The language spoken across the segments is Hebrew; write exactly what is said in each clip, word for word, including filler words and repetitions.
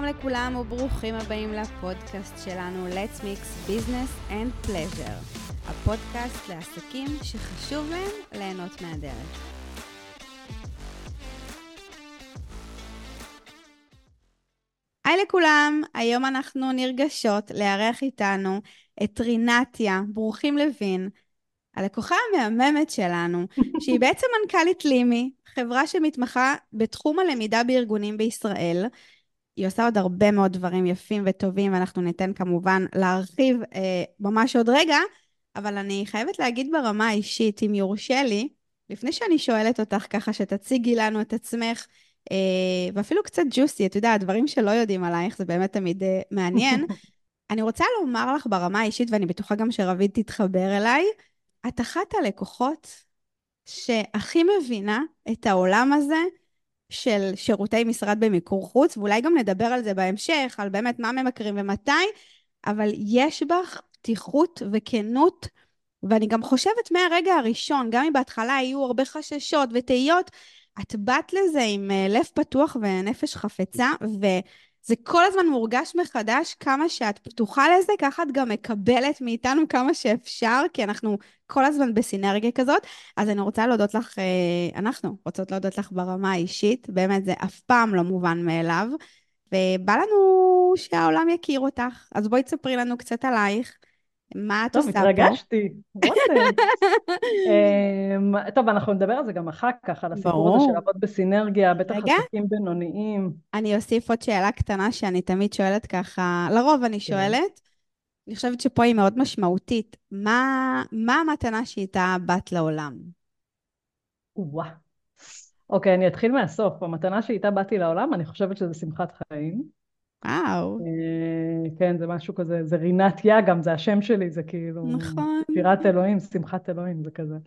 לכולם וברוכים הבאים לפודקאסט שלנו Let's Mix Business and Pleasure, הפודקאסט לעסקים שחשוב להם ליהנות מהדרך. היי לכולם, היום אנחנו נרגשות לארח איתנו את רינתיה, ברוכים לוין, הלקוחה המהממת שלנו, שהיא בעצם מנכ"לית לימי, חברה שמתמחה בתחום הלמידה בארגונים בישראל. היא עושה עוד הרבה מאוד דברים יפים וטובים, ואנחנו ניתן כמובן להרחיב אה, ממש עוד רגע, אבל אני חייבת להגיד ברמה האישית, אם יורשה לי, לפני שאני שואלת אותך ככה שתציגי לנו את עצמך, אה, ואפילו קצת ג'וסי, את יודעת, דברים שלא יודעים עלייך, זה באמת תמיד אה, מעניין. אני רוצה לומר לך ברמה האישית, ואני בטוחה גם שרבית תתחבר אליי, את אחת הלקוחות שהכי מבינה את העולם הזה, של שירותי משרד במיקור חוץ, ואולי גם נדבר על זה בהמשך, על באמת מה ממכרים ומתי, אבל יש בך פתיחות וכנות, ואני גם חושבת מהרגע הראשון, גם אם בהתחלה היו הרבה חששות ותהיות, את באת לזה עם לב פתוח ונפש חפצה, וזה כל הזמן מורגש מחדש כמה שאת פתוחה לזה, ככה את גם מקבלת מאיתנו כמה שאפשר, כי אנחנו כל הזמן בסינרגיה כזאת. אז אני רוצה להודות לך, אנחנו רוצות להודות לך ברמה האישית, באמת זה אף פעם לא מובן מאליו, ובא לנו שהעולם יכיר אותך, אז בואי תספרי לנו קצת עלייך, מה את טוב, עושה פה? התרגשתי. ווטר. אמ, טוב, אנחנו נדבר על זה גם אחר כך, על הסיפור הזה של ברור. לעבוד בסינרגיה, בטח רגע, עסקים בינוניים. אני אוסיף עוד שאלה קטנה שאני תמיד שואלת ככה, לרוב אני כן. שואלת, אני חושבת שפה היא מאוד משמעותית, מה, מה המתנה שאיתה באת לעולם? וואה. אוקיי, אני אתחיל מהסוף. המתנה שאיתה באתי לעולם, אני חושבת שזה שמחת חיים. וואו, אה, כן, זה משהו כזה, זה רינתיה גם, זה השם שלי, זה כאילו נכון. שירת אלוהים, שמחת אלוהים, זה כזה.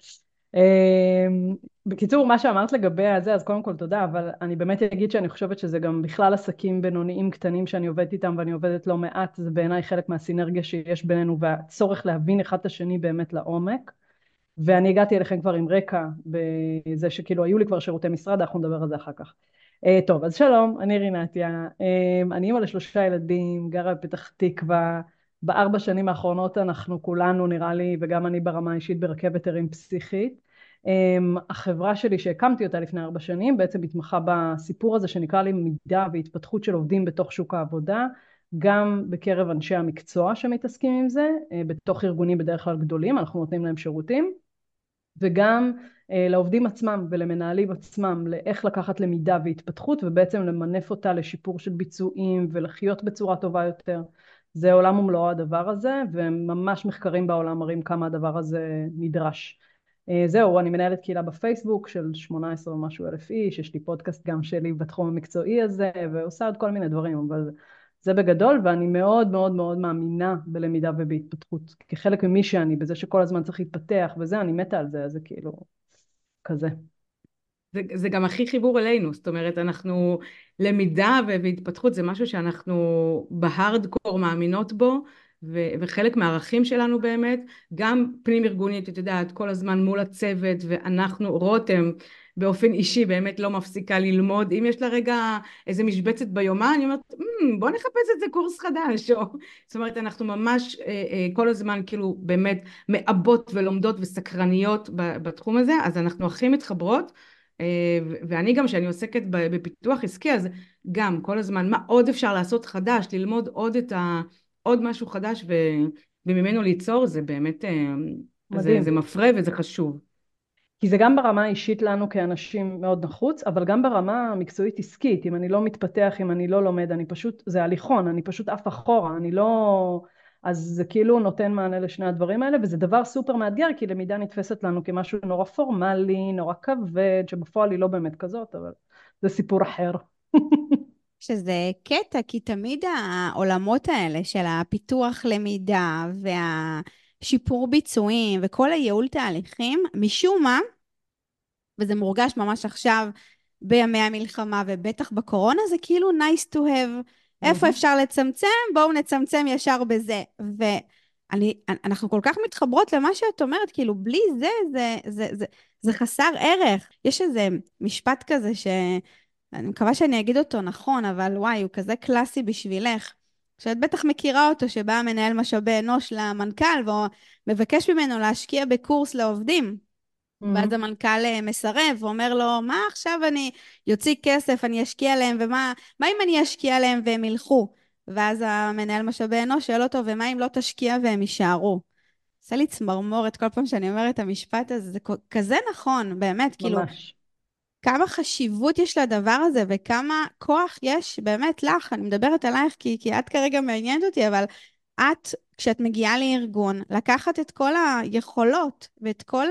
אה, בקיצור, מה שאמרת לגבי הזה, אז קודם כל תודה, אבל אני באמת אגיד שאני חושבת שזה גם בכלל עסקים בינוניים קטנים שאני עובדת איתם, ואני עובדת לא מעט, זה בעיניי חלק מהסינרגיה שיש בינינו, והצורך להבין אחד את השני באמת לעומק. ואני הגעתי אליכם כבר עם רקע בזה שכאילו היו לי כבר שירותי משרד, אנחנו נדבר על זה אחר כך. Uh, טוב, אז שלום, אני רינתיה, uh, אני אמא לשלושה ילדים, גרה בפתח תקווה, בארבע שנים האחרונות אנחנו כולנו נראה לי, וגם אני ברמה האישית ברכבת הרים פסיכית. Um, החברה שלי שהקמתי אותה לפני ארבע שנים, בעצם התמחה בסיפור הזה שנקרא לי מידע והתפתחות של עובדים בתוך שוק העבודה, גם בקרב אנשי המקצוע שמתעסקים עם זה, uh, בתוך ארגונים בדרך כלל גדולים, אנחנו נותנים להם שירותים, וגם אה, לעובדים עצמם ולמנהלים עצמם, לאיך לקחת למידה והתפתחות, ובעצם למנף אותה לשיפור של ביצועים ולחיות בצורה טובה יותר. זה עולם ומלואו הדבר הזה, וממש מחקרים בעולם מראים כמה הדבר הזה נדרש. אה, זהו, אני מנהלת קהילה בפייסבוק של שמונה עשרה ומשהו אלף איש, יש לי פודקאסט גם שלי בתחום המקצועי הזה, ועושה עוד כל מיני דברים, אבל זה בגדול, ואני מאוד מאוד מאוד מאמינה בלמידה ובהתפתחות, כחלק ממי שאני, בזה שכל הזמן צריך להתפתח, וזה, אני מתה על זה, אז זה כאילו כזה. זה, זה גם הכי חיבור אלינו, זאת אומרת, אנחנו, למידה והתפתחות זה משהו שאנחנו בהארדקור מאמינות בו, ו, וחלק מהערכים שלנו באמת, גם פנים ארגונית, את יודעת, כל הזמן מול הצוות, ואנחנו, רותם, באופן אישי באמת לא מפסיקה ללמוד, אם יש לה רגע איזה משבצת ביומה, אני אומרת, מ, בוא נחפש את זה קורס חדש, או, זאת אומרת, אנחנו ממש אה, אה, כל הזמן כאילו באמת מעבות ולומדות וסקרניות בתחום הזה, אז אנחנו הכי מתחברות, ואני גם שאני עוסקת בפיתוח עסקי, אז גם כל הזמן מה עוד אפשר לעשות חדש, ללמוד עוד את ה... עוד משהו חדש ו... וממנו ליצור, זה באמת זה, זה מפרה וזה חשוב. כי זה גם ברמה האישית לנו כאנשים מאוד נחוץ, אבל גם ברמה המקצועית עסקית, אם אני לא מתפתח, אם אני לא לומד, אני פשוט, זה הליכון, אני פשוט אף אחורה, אני לא... אז זה כאילו נותן מענה לשני הדברים האלה, וזה דבר סופר מאתגר, כי למידה נתפסת לנו כמשהו נורא פורמלי, נורא כבד, שבפועל היא לא באמת כזאת, אבל זה סיפור אחר. שזה קטע, כי תמיד העולמות האלה של הפיתוח למידה והשיפור ביצועים וכל הייעול תהליכים, משום מה, וזה מורגש ממש עכשיו בימי המלחמה ובטח בקורונה, זה כאילו nice to have. איפה אפשר לצמצם? בואו נצמצם ישר בזה. ואנחנו כל כך מתחברות למה שאת אומרת, כאילו בלי זה, זה, זה, זה, זה חסר ערך. יש איזה משפט כזה ש... אני מקווה שאני אגיד אותו נכון, אבל וואי, הוא כזה קלאסי בשבילך. שאת בטח מכירה אותו, שבא מנהל משאבי אנוש למנכ"ל, והוא מבקש ממנו להשקיע בקורס לעובדים. ואז מהמם. המנכ"ל אה, מסרב, ואומר לו, מה עכשיו אני יוציא כסף, אני אשקיע להם, ומה מה אם אני אשקיע להם והם ילכו? ואז המנהל משאבי אנוש שואל אותו, ומה אם לא תשקיע והם יישארו? עושה לי צמרמורת כל פעם שאני אומרת את המשפט הזה, זה כזה נכון, באמת, כאילו, ממש. כמה חשיבות יש לדבר הזה, וכמה כוח יש באמת לך, אני מדברת עלייך כי, כי את כרגע מעניינת אותי, אבל את, כשאת מגיעה לארגון, לקחת את כל היכולות ואת כל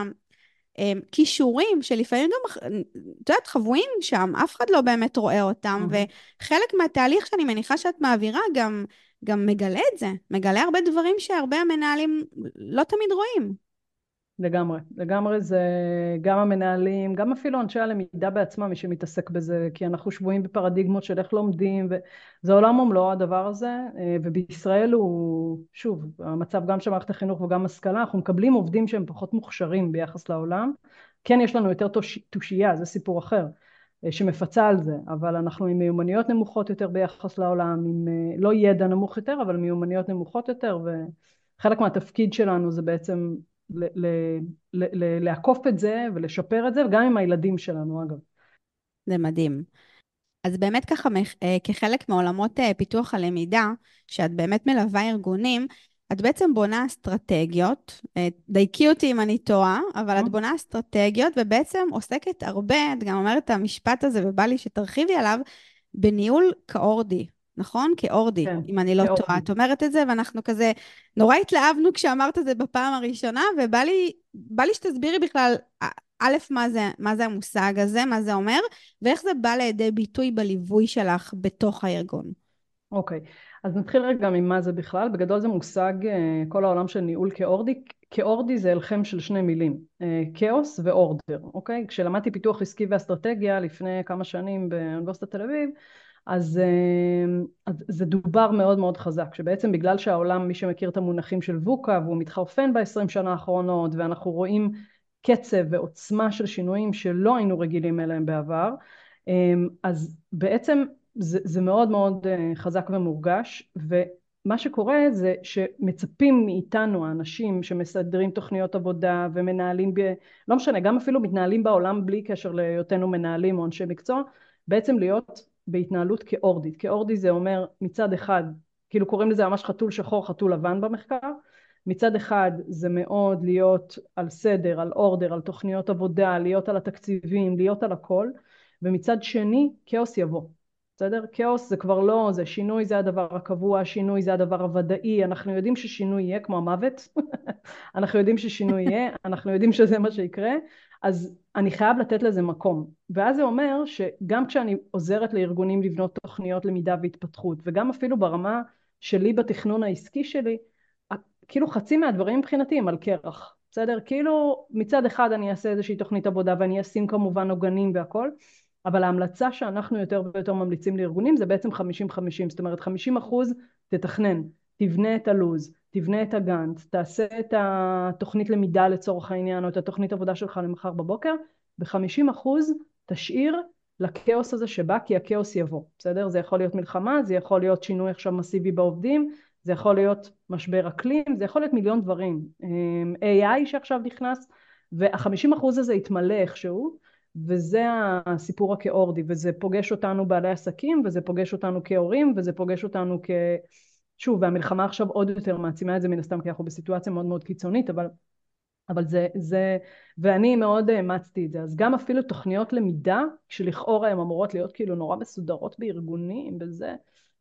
הכישורים, שלפעמים גם, את יודעת, חבויים שם, אף אחד לא באמת רואה אותם, מהמם. וחלק מהתהליך שאני מניחה שאת מעבירה גם, גם מגלה את זה, מגלה הרבה דברים שהרבה המנהלים לא תמיד רואים. לגמרי, לגמרי זה גם המנהלים, גם אפילו אנשי הלמידה בעצמם, מי שמתעסק בזה, כי אנחנו שבויים בפרדיגמות של איך לומדים, וזה עולם ומלואו הדבר הזה, ובישראל הוא, שוב, המצב גם של מערכת החינוך וגם השכלה, אנחנו מקבלים עובדים שהם פחות מוכשרים ביחס לעולם, כן יש לנו יותר תושייה, זה סיפור אחר, שמפצה על זה, אבל אנחנו עם מיומנויות נמוכות יותר ביחס לעולם, עם לא ידע נמוך יותר, אבל מיומנויות נמוכות יותר, וחלק מהתפקיד שלנו זה בעצם ל- ל- ל- ל- לעקוף את זה ולשפר את זה, וגם עם הילדים שלנו אגב. זה מדהים. אז באמת ככה, מח- אה, כחלק מעולמות אה, פיתוח הלמידה, שאת באמת מלווה ארגונים, את בעצם בונה אסטרטגיות, אה, דייקי אותי אם אני טועה, אבל את בונה אסטרטגיות ובעצם עוסקת הרבה, את גם אומרת את המשפט הזה ובא לי שתרחיבי עליו, בניהול כאורדי, נכון? כאורדי, כן, אם אני לא טועה. כאורדי. את אומרת את זה ואנחנו כזה, נורא התלהבנו כשאמרת את זה בפעם הראשונה, ובא לי, בא לי שתסבירי בכלל, א', מה זה, מה זה המושג הזה, מה זה אומר, ואיך זה בא לידי ביטוי בליווי שלך בתוך הארגון? אוקיי, אז נתחיל רגע ממה זה בכלל. בגדול זה מושג, אה, כל העולם של ניהול כאורדי. כאורדי זה הלחם של שני מילים, אה, כאוס ואורדר, אוקיי? כשלמדתי פיתוח עסקי ואסטרטגיה לפני כמה שנים באוניברסיטת תל אביב, אז, אה, אז זה דובר מאוד מאוד חזק, שבעצם בגלל שהעולם, מי שמכיר את המונחים של ווקה, והוא מתחרפן בעשרים שנה האחרונות, ואנחנו רואים קצב ועוצמה של שינויים שלא היינו רגילים אליהם בעבר, אה, אז בעצם זה, זה מאוד מאוד חזק ומורגש, ומה שקורה זה שמצפים מאיתנו האנשים שמסדרים תוכניות עבודה ומנהלים, ב, לא משנה, גם אפילו מתנהלים בעולם בלי קשר להיותנו מנהלים או אנשי מקצוע, בעצם להיות בהתנהלות כאורדית. כאורדי זה אומר מצד אחד, כאילו קוראים לזה ממש חתול שחור, חתול לבן במחקר, מצד אחד זה מאוד להיות על סדר, על אורדר, על תוכניות עבודה, להיות על התקציבים, להיות על הכל, ומצד שני כאוס יבוא. בסדר? כאוס זה כבר לא, זה שינוי זה הדבר הקבוע, שינוי זה הדבר הוודאי, אנחנו יודעים ששינוי יהיה כמו המוות, אנחנו יודעים ששינוי יהיה, אנחנו יודעים שזה מה שיקרה, אז אני חייב לתת לזה מקום. ואז זה אומר שגם כשאני עוזרת לארגונים לבנות תוכניות למידה והתפתחות, וגם אפילו ברמה שלי בתכנון העסקי שלי, כאילו חצי מהדברים מבחינתי הם על קרח, בסדר? כאילו מצד אחד אני אעשה איזושהי תוכנית עבודה ואני אשים כמובן עוגנים והכל, אבל ההמלצה שאנחנו יותר ויותר ממליצים לארגונים זה בעצם חמישים חמישים, זאת אומרת חמישים אחוז תתכנן, תבנה את הלוז, תבנה את הגאנט, תעשה את התוכנית למידה לצורך העניין או את התוכנית עבודה שלך למחר בבוקר, ב-חמישים אחוז תשאיר לכאוס הזה שבא, כי הכאוס יבוא, בסדר? זה יכול להיות מלחמה, זה יכול להיות שינוי עכשיו מסיבי בעובדים, זה יכול להיות משבר אקלים, זה יכול להיות מיליון דברים, איי איי שעכשיו נכנס, וה-חמישים אחוז הזה יתמלא איכשהו, וזה הסיפור הכאורדי, וזה פוגש אותנו בעלי עסקים, וזה פוגש אותנו כהורים, וזה פוגש אותנו כ... שוב, והמלחמה עכשיו עוד יותר מעצימה את זה מן הסתם, כי אנחנו בסיטואציה מאוד מאוד קיצונית, אבל, אבל זה, זה, ואני מאוד האמצתי את זה. אז גם אפילו תוכניות למידה, שלכאורה הן אמורות להיות כאילו נורא מסודרות בארגונים, בזה,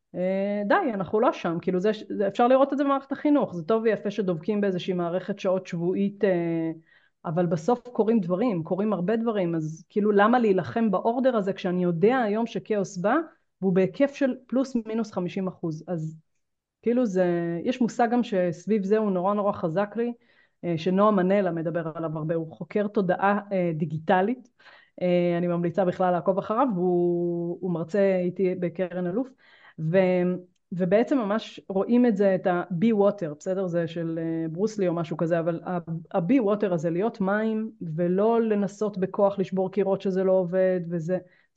די, אנחנו לא שם, כאילו זה, זה, אפשר לראות את זה במערכת החינוך, זה טוב ויפה שדובקים באיזושהי מערכת שעות שבועית, אבל בסוף קורים דברים, קורים הרבה דברים, אז כאילו למה להילחם באורדר הזה כשאני יודע היום שכאוס בא, והוא בהיקף של פלוס מינוס חמישים אחוז, אז כאילו זה, יש מושג גם שסביב זה הוא נורא נורא חזק לי, שנועם מנלה מדבר עליו הרבה, הוא חוקר תודעה דיגיטלית, אני ממליצה בכלל לעקוב אחריו, והוא מרצה איתי בקרן אלוף, ו, ובעצם ממש רואים את זה, את ה-be water, בסדר? זה של ברוסלי או משהו כזה, אבל ה-be water הזה, להיות מים, ולא לנסות בכוח לשבור קירות שזה לא עובד, וזה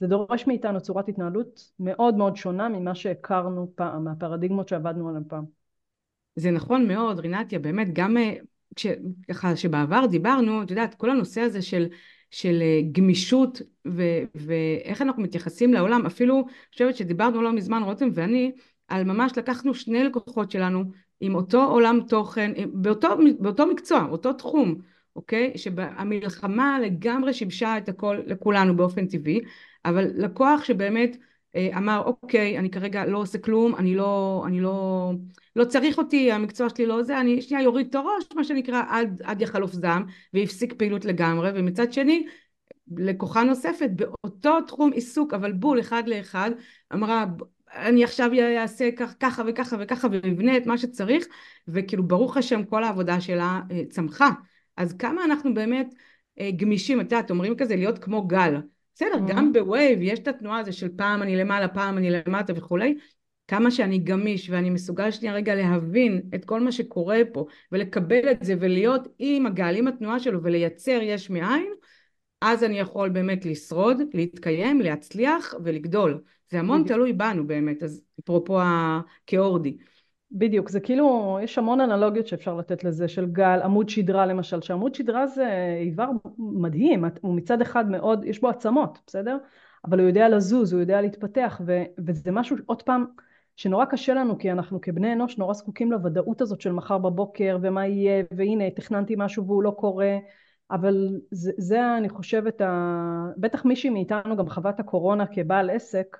זה דורש מאיתנו צורת התנהלות מאוד מאוד שונה ממה שהכרנו פעם, מהפרדיגמות שעבדנו עליהן פעם. זה נכון מאוד, רינתיה, באמת, גם אה, כש, ככה שבעבר דיברנו, את יודעת, כל הנושא הזה של, של אה, גמישות ו, ואיך אנחנו מתייחסים לעולם, אפילו, אני חושבת שדיברנו לא מזמן, רותם ואני, על ממש לקחנו שני לקוחות שלנו עם אותו עולם תוכן, באותו, באותו מקצוע, אותו תחום, אוקיי? שהמלחמה לגמרי שיבשה את הכל לכולנו באופן טבעי, אבל לקוח שבאמת אה, אמר, אוקיי, אני כרגע לא עושה כלום, אני לא, אני לא, לא צריך אותי, המקצוע שלי לא זה, אני שנייה יוריד את הראש, מה שנקרא, עד, עד יחלוף זעם, והפסיק פעילות לגמרי, ומצד שני, לקוחה נוספת, באותו תחום עיסוק, אבל בול אחד לאחד, אמרה, אני עכשיו אעשה כך, ככה וככה וככה, ובנה את מה שצריך, וכאילו ברוך השם כל העבודה שלה אה, צמחה. אז כמה אנחנו באמת אה, גמישים, את יודעת, אומרים כזה, להיות כמו גל. בסדר, Mm-hmm. גם בווייב יש את התנועה הזו של פעם אני למעלה, פעם אני למטה וכולי, כמה שאני גמיש ואני מסוגל שנייה רגע להבין את כל מה שקורה פה, ולקבל את זה ולהיות עם הגל, עם התנועה שלו, ולייצר יש מאין, אז אני יכול באמת לשרוד, להתקיים, להצליח ולגדול. זה המון בדיוק. תלוי בנו באמת, אז אפרופו הכאורדי. בדיוק, זה כאילו, יש המון אנלוגיות שאפשר לתת לזה, של גל, עמוד שדרה למשל, שעמוד שדרה זה איבר מדהים, הוא מצד אחד מאוד, יש בו עצמות, בסדר? אבל הוא יודע לזוז, הוא יודע להתפתח, ו, וזה משהו, עוד פעם, שנורא קשה לנו, כי אנחנו כבני אנוש נורא זקוקים לוודאות הזאת של מחר בבוקר, ומה יהיה, והנה, תכננתי משהו והוא לא קורה, אבל זה, זה אני חושבת, ה... בטח מישהי מאיתנו גם חוות הקורונה כבעל עסק,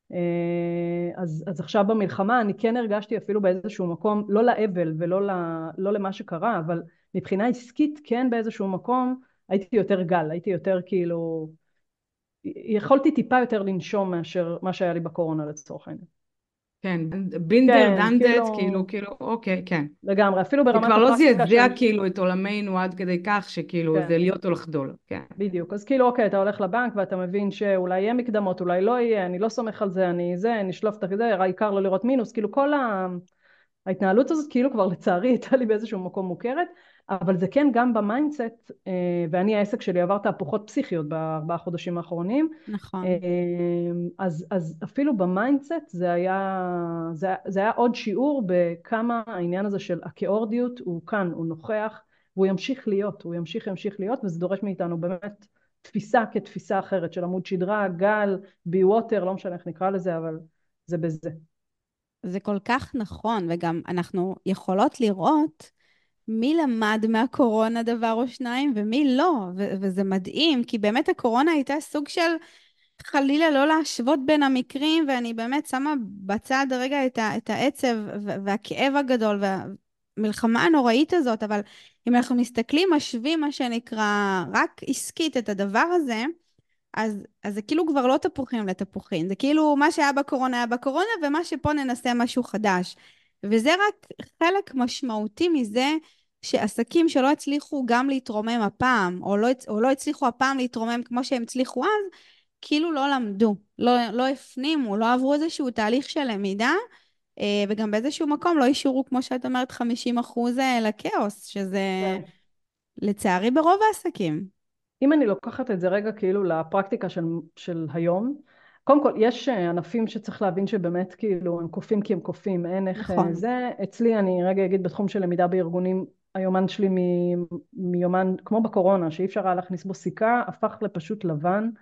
אז, אז עכשיו במלחמה אני כן הרגשתי אפילו באיזשהו מקום, לא לאבל ולא ל, לא למה שקרה, אבל מבחינה עסקית כן באיזשהו מקום הייתי יותר גל, הייתי יותר כאילו, יכולתי טיפה יותר לנשום מאשר מה שהיה לי בקורונה לצורך העניין. כן, בינדר, כן, דנדט, כאילו, כאילו, כאילו, אוקיי, כן. לגמרי, אפילו זה ברמת כבר לא הפרקטיקה זעזע של... כאילו את עולמנו עד כדי כך שכאילו כן. זה להיות או לחדול, כן. בדיוק, אז כאילו אוקיי, אתה הולך לבנק ואתה מבין שאולי יהיה מקדמות, אולי לא יהיה, אני לא סומך על זה, אני זה, נשלוף את זה, העיקר לא לראות מינוס, כאילו כל ה... ההתנהלות הזאת כאילו כבר לצערי הייתה לי באיזשהו מקום מוכרת, אבל זה כן גם במיינדסט, ואני העסק שלי עבר תהפוכות פסיכיות בארבעה חודשים האחרונים. נכון. אז, אז אפילו במיינדסט זה היה, זה, זה היה עוד שיעור בכמה העניין הזה של הכאורדיות הוא כאן, הוא נוכח, והוא ימשיך להיות, הוא ימשיך ימשיך להיות, וזה דורש מאיתנו באמת תפיסה כתפיסה אחרת של עמוד שדרה, גל, בי ווטר, לא משנה איך נקרא לזה, אבל זה בזה. זה כל כך נכון, וגם אנחנו יכולות לראות מי למד מהקורונה דבר או שניים ומי לא, ו- וזה מדהים, כי באמת הקורונה הייתה סוג של חלילה לא להשוות בין המקרים, ואני באמת שמה בצד רגע את, ה- את העצב ו- והכאב הגדול והמלחמה הנוראית הזאת, אבל אם אנחנו מסתכלים, משווים מה שנקרא רק עסקית את הדבר הזה, אז, אז זה כאילו כבר לא תפוחים לתפוחים, זה כאילו מה שהיה בקורונה היה בקורונה, ומה שפה ננסה משהו חדש. וזה רק חלק משמעותי מזה שעסקים שלא הצליחו גם להתרומם הפעם, או לא, או לא הצליחו הפעם להתרומם כמו שהם הצליחו אז, כאילו לא למדו, לא, לא הפנימו, לא עברו איזשהו תהליך של למידה, וגם באיזשהו מקום לא אישורו, כמו שאת אומרת, חמישים אחוז לכאוס, שזה כן. לצערי ברוב העסקים. אם אני לוקחת את זה רגע כאילו לפרקטיקה של, של היום, קודם כל יש ענפים שצריך להבין שבאמת כאילו הם קופים כי הם קופים, אין איך נכון. זה, אצלי אני רגע אגיד בתחום של למידה בארגונים, היומן שלי מ, מיומן כמו בקורונה שאי אפשר היה להכניס בו סיכה, הפך לפשוט לבן,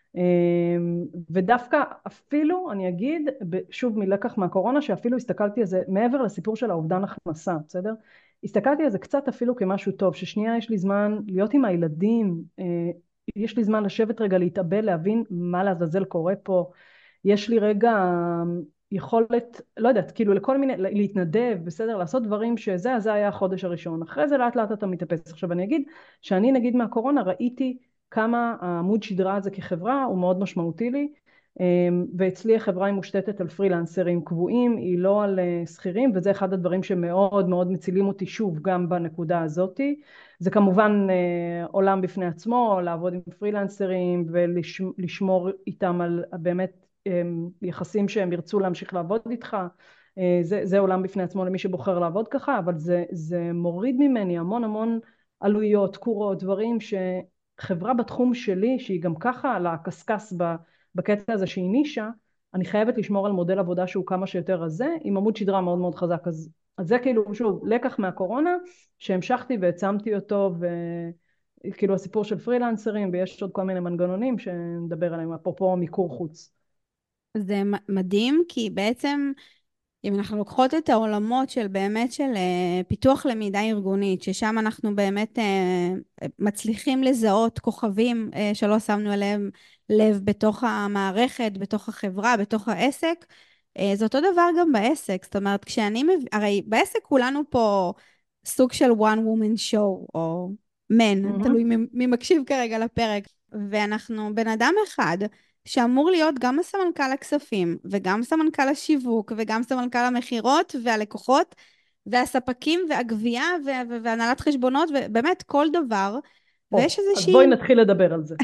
ודווקא אפילו אני אגיד שוב מלקח מהקורונה שאפילו הסתכלתי על זה מעבר לסיפור של האובדן הכנסה, בסדר? הסתכלתי על זה קצת אפילו כמשהו טוב, ששנייה יש לי זמן להיות עם הילדים, יש לי זמן לשבת רגע להתאבל, להבין מה לעזאזל קורה פה, יש לי רגע יכולת, לא יודעת, כאילו לכל מיני, להתנדב, בסדר, לעשות דברים שזה, זה היה החודש הראשון, אחרי זה לאט לאט אתה מתאפס. עכשיו אני אגיד שאני נגיד מהקורונה ראיתי כמה העמוד שדרה הזה כחברה הוא מאוד משמעותי לי, ואצלי החברה היא מושתתת על פרילנסרים קבועים, היא לא על שכירים, וזה אחד הדברים שמאוד מאוד מצילים אותי שוב גם בנקודה הזאת. זה כמובן עולם בפני עצמו, לעבוד עם פרילנסרים ולשמור איתם על באמת יחסים שהם ירצו להמשיך לעבוד איתך, זה, זה עולם בפני עצמו למי שבוחר לעבוד ככה, אבל זה, זה מוריד ממני המון המון עלויות, תקורות, דברים שחברה בתחום שלי, שהיא גם ככה על הקסקס ב בקטע הזה שהיא נישה, אני חייבת לשמור על מודל עבודה שהוא כמה שיותר רזה, עם עמוד שדרה מאוד מאוד חזק. אז, אז זה כאילו, שוב, לקח מהקורונה, שהמשכתי והצמתי אותו, וכאילו הסיפור של פרילנסרים, ויש עוד כל מיני מנגנונים שנדבר עליהם, אפרופו מיקור חוץ. זה מדהים, כי בעצם אם אנחנו לוקחות את העולמות של באמת של uh, פיתוח למידה ארגונית, ששם אנחנו באמת uh, מצליחים לזהות כוכבים uh, שלא שמנו אליהם לב בתוך המערכת, בתוך החברה, בתוך העסק, uh, זה אותו דבר גם בעסק. זאת אומרת, כשאני, מב... הרי בעסק כולנו פה סוג של one woman show, או man, Mm-hmm. תלוי מי, מי מקשיב כרגע לפרק, ואנחנו בן אדם אחד, שאמור להיות גם סמנכ"ל הכספים, וגם סמנכ"ל השיווק, וגם סמנכ"ל המחירות והלקוחות, והספקים והגבייה, והנהלת חשבונות, ובאמת כל דבר. Oh, ויש איזושהי... אז בואי נתחיל לדבר על זה.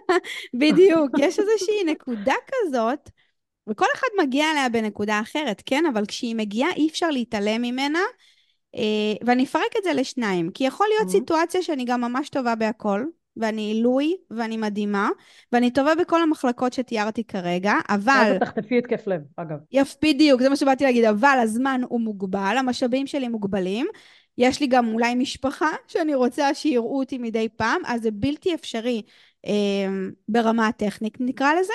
בדיוק, יש איזושהי נקודה כזאת, וכל אחד מגיע אליה בנקודה אחרת, כן? אבל כשהיא מגיעה אי אפשר להתעלם ממנה, ואני אפרק את זה לשניים, כי יכול להיות סיטואציה שאני גם ממש טובה בהכל, ואני עילוי, ואני מדהימה, ואני טובה בכל המחלקות שתיארתי כרגע, אבל... אז תחטפי התקף לב, אגב. יפ, בדיוק, זה מה שבאתי להגיד, אבל הזמן הוא מוגבל, המשאבים שלי מוגבלים, יש לי גם אולי משפחה שאני רוצה שיראו אותי מדי פעם, אז זה בלתי אפשרי אה, ברמה הטכנית, נקרא לזה,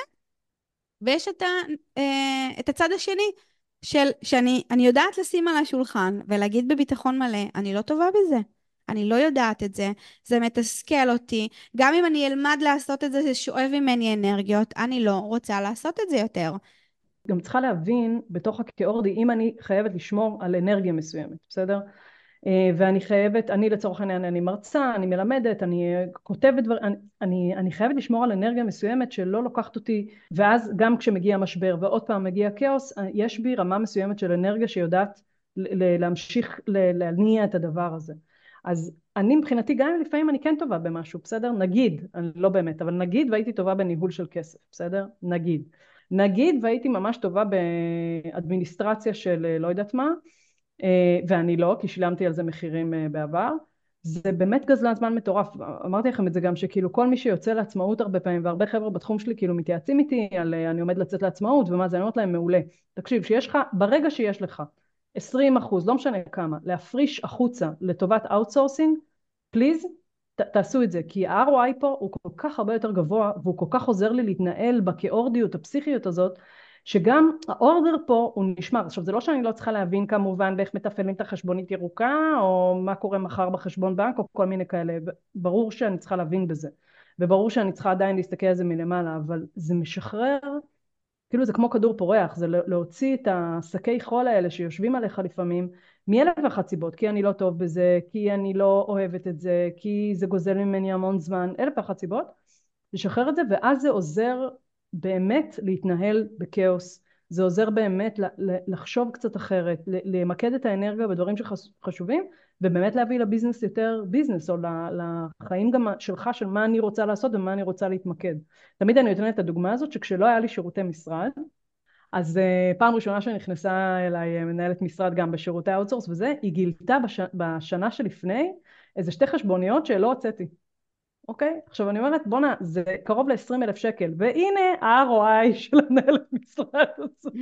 ויש את, ה, אה, את הצד השני, של שאני אני יודעת לשים על השולחן, ולהגיד בביטחון מלא, אני לא טובה בזה. אני לא יודעת את זה, זה מתסכל אותי, גם אם אני אלמד לעשות את זה, זה שואב ממני אנרגיות, אני לא רוצה לעשות את זה יותר. גם צריכה להבין, בתוך הכאורדי, אם אני חייבת לשמור על אנרגיה מסוימת, בסדר? ואני חייבת, אני לצורך העניין, אני מרצה, אני מלמדת, אני כותבת דבר, אני, אני, אני חייבת לשמור על אנרגיה מסוימת שלא לוקחת אותי, ואז גם כשמגיע משבר ועוד פעם מגיע כאוס, יש בי רמה מסוימת של אנרגיה שיודעת להמשיך להניע את הדבר הזה. אז אני מבחינתי, גם אם לפעמים אני כן טובה במשהו, בסדר? נגיד, אני לא באמת, אבל נגיד והייתי טובה בניהול של כסף, בסדר? נגיד. נגיד והייתי ממש טובה באדמיניסטרציה של לא יודעת מה, ואני לא, כי שילמתי על זה מחירים בעבר. זה באמת גזלן זמן מטורף. אמרתי לכם את זה גם, שכאילו כל מי שיוצא לעצמאות הרבה פעמים, והרבה חבר'ה בתחום שלי כאילו מתייעצים איתי על אני עומד לצאת לעצמאות, ומה זה, אני אומרת להם מעולה. תקשיב, שיש לך, ברגע שיש לך עשרים אחוז, לא משנה כמה, להפריש החוצה לטובת אאוטסורסינג, פליז, ת, תעשו את זה, כי ה-אר או איי פה הוא כל כך הרבה יותר גבוה, והוא כל כך עוזר לי להתנהל בכאורדיות הפסיכיות הזאת, שגם האורדר פה הוא נשמר. עכשיו זה לא שאני לא צריכה להבין כמובן באיך מתפעלים את החשבונית ירוקה, או מה קורה מחר בחשבון בנק, או כל מיני כאלה. ברור שאני צריכה להבין בזה, וברור שאני צריכה עדיין להסתכל על זה מלמעלה, אבל זה משחרר, כאילו זה כמו כדור פורח, זה להוציא את השקי חול האלה שיושבים עליך לפעמים, מאלף ואחת סיבות, כי אני לא טוב בזה, כי אני לא אוהבת את זה, כי זה גוזל ממני המון זמן, אלף ואחת סיבות, לשחרר את זה, ואז זה עוזר באמת להתנהל בכאוס, זה עוזר באמת לחשוב קצת אחרת, למקד את האנרגיה בדברים שחשובים, ובאמת להביא לביזנס יותר ביזנס, או לחיים גם שלך, של מה אני רוצה לעשות ומה אני רוצה להתמקד. תמיד אני נותנת את הדוגמה הזאת, שכשלא היה לי שירותי משרד, אז פעם ראשונה שנכנסה אליי מנהלת משרד גם בשירותי האוטסורס וזה, היא גילתה בש... בשנה שלפני איזה שתי חשבוניות שלא הוצאתי. אוקיי? עכשיו אני אומרת, בונה, זה קרוב ל-עשרים אלף שקל, והנה ה-אר או איי של המנהלת משרד הזאת.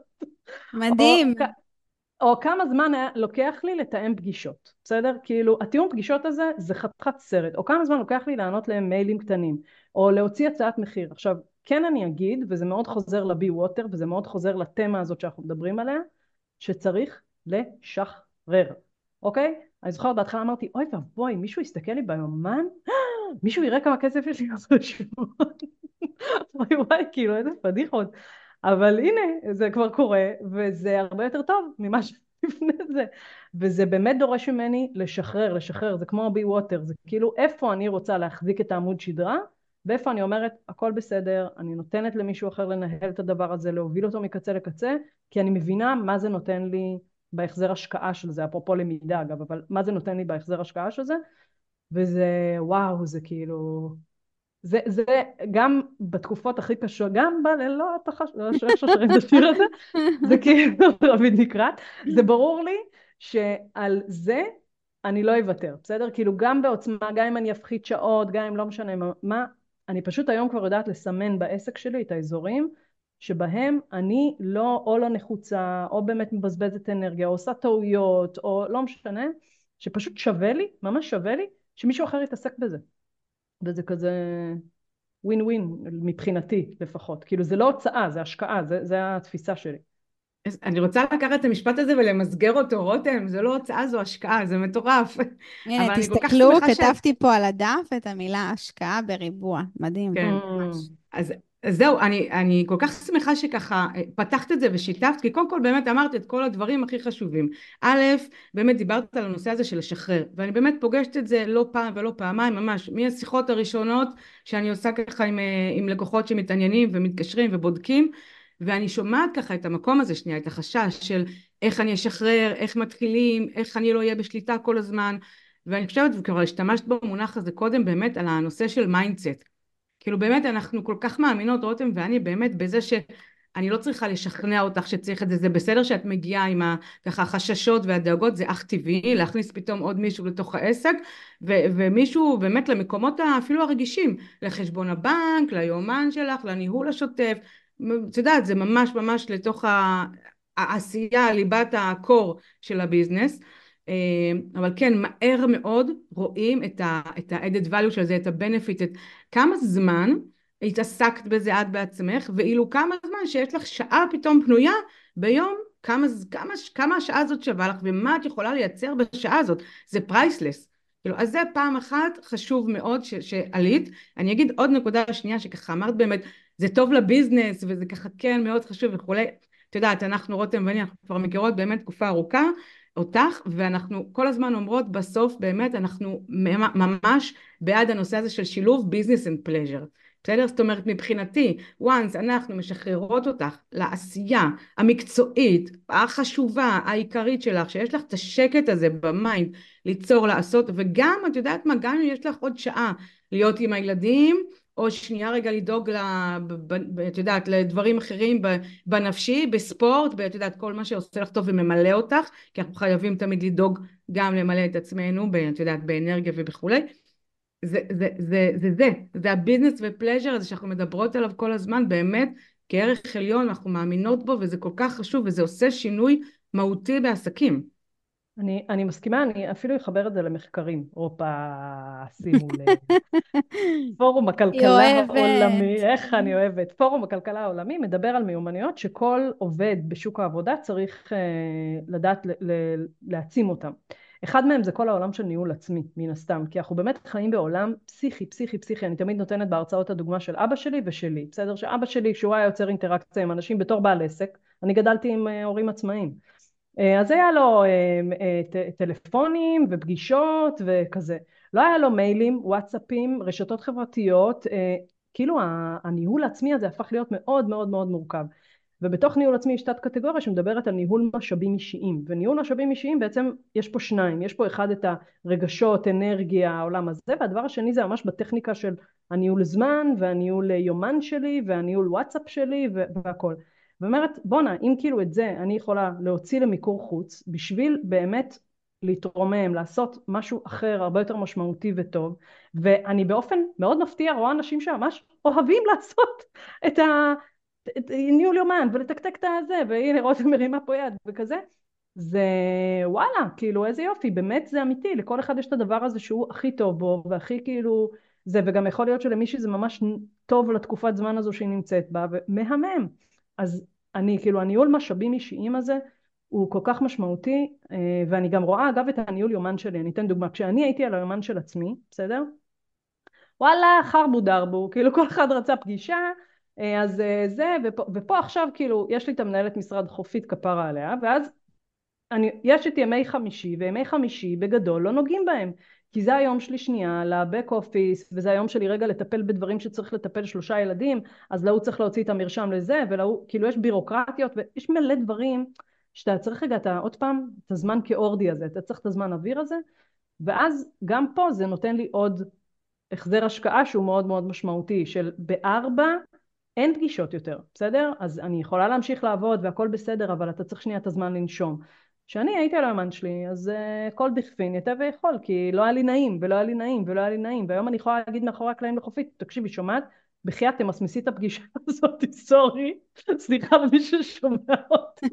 מדהים. או, או כמה זמן היה, לוקח לי לתאם פגישות, בסדר? כאילו, התיאום פגישות הזה זה חתיכת סרט, או כמה זמן לוקח לי לענות להם מיילים קטנים, או להוציא הצעת מחיר. עכשיו, כן אני אגיד, וזה מאוד חוזר לבי ווטר, וזה מאוד חוזר לתמה הזאת שאנחנו מדברים עליה, שצריך לשחרר, אוקיי? אני זוכרת, בהתחלה אמרתי, אוי ובואי, מישהו יסתכל לי ביומן? מישהו יראה כמה כסף יש לי בחשבון. וואי וואי, כאילו, איזה פדיחות. אבל הנה, זה כבר קורה, וזה הרבה יותר טוב ממה שלפני זה. וזה באמת דורש ממני לשחרר, לשחרר. זה כמו בי ווטר, זה כאילו איפה אני רוצה להחזיק את העמוד שדרה, ואיפה אני אומרת, הכל בסדר, אני נותנת למישהו אחר לנהל את הדבר הזה, להוביל אותו מקצה לקצה, כי אני מבינה מה זה נותן לי בהחזר השקעה של זה, אפרופו למידה אגב, אבל מה זה נותן לי בהחזר השקעה של זה, וזה וואו, זה כאילו, זה, זה גם בתקופות הכי קשות, גם בלילות, איך ששרים את השיר הזה, זה כאילו רביד נקראת, זה ברור לי שעל זה אני לא אוותר, בסדר? כאילו גם בעוצמה, גם אם אני אפחית שעות, גם אם לא משנה מה, אני פשוט היום כבר יודעת לסמן בעסק שלי את האזורים שבהם אני לא, או לא נחוצה, או באמת מבזבזת אנרגיה, או עושה טעויות, או לא משנה, שפשוט שווה לי, ממש שווה לי, שמישהו אחר יתעסק בזה. וזה כזה ווין ווין מבחינתי לפחות. כאילו זה לא הוצאה, זה השקעה, זה, זה התפיסה שלי. אז אני רוצה לקחת את המשפט הזה ולמסגר אותו, רותם, זה לא הוצאה, זו השקעה, זה מטורף. הנה, אבל אני כל כך תסתכלו, שמחה שאת... כתבתי פה על הדף את המילה השקעה בריבוע. מדהים. כן. Mm. אז, אז זהו, אני, אני כל כך שמחה שככה אה, פתחת את זה ושיתפת, כי קודם כל באמת אמרת את כל הדברים הכי חשובים. א', באמת דיברת על הנושא הזה של לשחרר, ואני באמת פוגשת את זה לא פעם ולא פעמיים, ממש, מהשיחות הראשונות שאני עושה ככה עם, אה, עם לקוחות שמתעניינים ומתקשרים ובודקים, ואני שומעת ככה את המקום הזה שנייה, את החשש של איך אני אשחרר, איך מתחילים, איך אני לא אהיה בשליטה כל הזמן, ואני חושבת, וכבר השתמשת במונח הזה קודם, באמת על הנושא של מיינדסט. כאילו באמת אנחנו כל כך מאמינות, רותם ואני, באמת בזה שאני לא צריכה לשכנע אותך שצריך את זה, זה בסדר שאת מגיעה עם ה, ככה החששות והדאגות, זה אך טבעי להכניס פתאום עוד מישהו לתוך העסק, ו- ומישהו באמת למקומות אפילו הרגישים, לחשבון הבנק, ליומן שלך, לניהול השוטף, את יודעת, זה ממש ממש לתוך ה- העשייה, ליבת הקור של הביזנס. אבל כן, מהר מאוד רואים את ה- את ה-added value של זה, את ה-benefit, את כמה זמן התעסקת בזה את בעצמך, ואילו כמה זמן שיש לך שעה פתאום פנויה ביום, כמה, כמה, כמה השעה הזאת שווה לך, ומה את יכולה לייצר בשעה הזאת, זה פרייסלס. כאילו, אז זה פעם אחת חשוב מאוד ש- שעלית. אני אגיד עוד נקודה שנייה, שככה אמרת באמת, זה טוב לביזנס, וזה ככה כן מאוד חשוב וכולי. את יודעת, אנחנו רותם ואני, אנחנו כבר מכירות באמת תקופה ארוכה, אותך, ואנחנו כל הזמן אומרות בסוף באמת אנחנו ממש בעד הנושא הזה של שילוב ביזנס אנד פלז'ר. בסדר? זאת אומרת מבחינתי, once אנחנו משחררות אותך לעשייה המקצועית, החשובה, העיקרית שלך, שיש לך את השקט הזה במיינד ליצור, לעשות, וגם את יודעת מה, גם אם יש לך עוד שעה להיות עם הילדים, או שנייה רגע לדאוג, את יודעת, לדברים אחרים בנפשי, בספורט, ואת יודעת, כל מה שעושה לך טוב וממלא אותך, כי אנחנו חייבים תמיד לדאוג גם למלא את עצמנו, את יודעת, באנרגיה ובכולי. זה זה, זה, זה, זה, זה הביזנס ופלז'ר הזה שאנחנו מדברות עליו כל הזמן, באמת, כערך עליון, אנחנו מאמינות בו, וזה כל כך חשוב, וזה עושה שינוי מהותי בעסקים. אני, אני מסכימה, אני אפילו אחבר את זה למחקרים. הופה, שימו לב. פורום הכלכלה העולמי, איך אני אוהבת. פורום הכלכלה העולמי מדבר על מיומנויות שכל עובד בשוק העבודה צריך אה, לדעת ל, ל, להעצים אותם. אחד מהם זה כל העולם של ניהול עצמי, מן הסתם, כי אנחנו באמת חיים בעולם פסיכי, פסיכי, פסיכי. אני תמיד נותנת בהרצאות הדוגמה של אבא שלי ושלי. בסדר? שאבא שלי, כשהוא היה יוצר אינטראקציה עם אנשים בתור בעל עסק, אני גדלתי עם אה, הורים עצמאיים. אז היה לו טלפונים ופגישות וכזה. לא היה לו מיילים, וואטסאפים, רשתות חברתיות, כאילו הניהול העצמי הזה הפך להיות מאוד מאוד מאוד מורכב. ובתוך ניהול עצמי יש תת קטגוריה שמדברת על ניהול משאבים אישיים. וניהול משאבים אישיים בעצם יש פה שניים. יש פה אחד את הרגשות, אנרגיה, העולם הזה, והדבר השני זה ממש בטכניקה של הניהול זמן והניהול יומן שלי והניהול וואטסאפ שלי והכל. ואומרת, בונה, אם כאילו את זה אני יכולה להוציא למיקור חוץ, בשביל באמת להתרומם, לעשות משהו אחר, הרבה יותר משמעותי וטוב, ואני באופן מאוד מפתיע רואה אנשים שממש אוהבים לעשות את הניהול יומן, ולתקתק את הזה, והנה רותם מרימה פה יד וכזה, זה וואלה, כאילו איזה יופי, באמת זה אמיתי, לכל אחד יש את הדבר הזה שהוא הכי טוב בו, והכי כאילו זה, וגם יכול להיות שלמישהי זה ממש טוב לתקופת זמן הזו שהיא נמצאת בה, ומהמם. אז אני, כאילו, הניהול משאבים אישיים הזה הוא כל כך משמעותי, ואני גם רואה, אגב, את הניהול יומן שלי. אני אתן דוגמה, כשאני הייתי על היומן של עצמי, בסדר? וואלה, חרבו דרבו, כאילו כל אחד רצה פגישה, אז זה, ופה, ופה עכשיו, כאילו, יש לי את המנהלת משרד חופית כפרה עליה, ואז אני, יש את ימי חמישי, וימי חמישי בגדול לא נוגעים בהם. כי זה היום שלי שנייה לבק אופיס, וזה היום שלי רגע לטפל בדברים שצריך לטפל שלושה ילדים, אז לא הוא צריך להוציא את המרשם לזה, ולא, כאילו יש בירוקרטיות, ויש מלא דברים שאתה צריך רגע, אתה עוד פעם, את הזמן כאורדי הזה, אתה צריך את הזמן אוויר הזה, ואז גם פה זה נותן לי עוד החזר השקעה שהוא מאוד מאוד משמעותי, של בארבע אין פגישות יותר, בסדר? אז אני יכולה להמשיך לעבוד והכל בסדר, אבל אתה צריך שנייה את הזמן לנשום. כשאני הייתי על היומן שלי, אז uh, כל דכפין יתה ויכול, כי לא היה לי נעים, ולא היה לי נעים, ולא היה לי נעים, והיום אני יכולה להגיד מאחורי הקלעים לחופית, תקשיבי, שומעת? בחייאת, תמסמסי את הפגישה הזאת, סורי, סליחה למי ששומע אותי.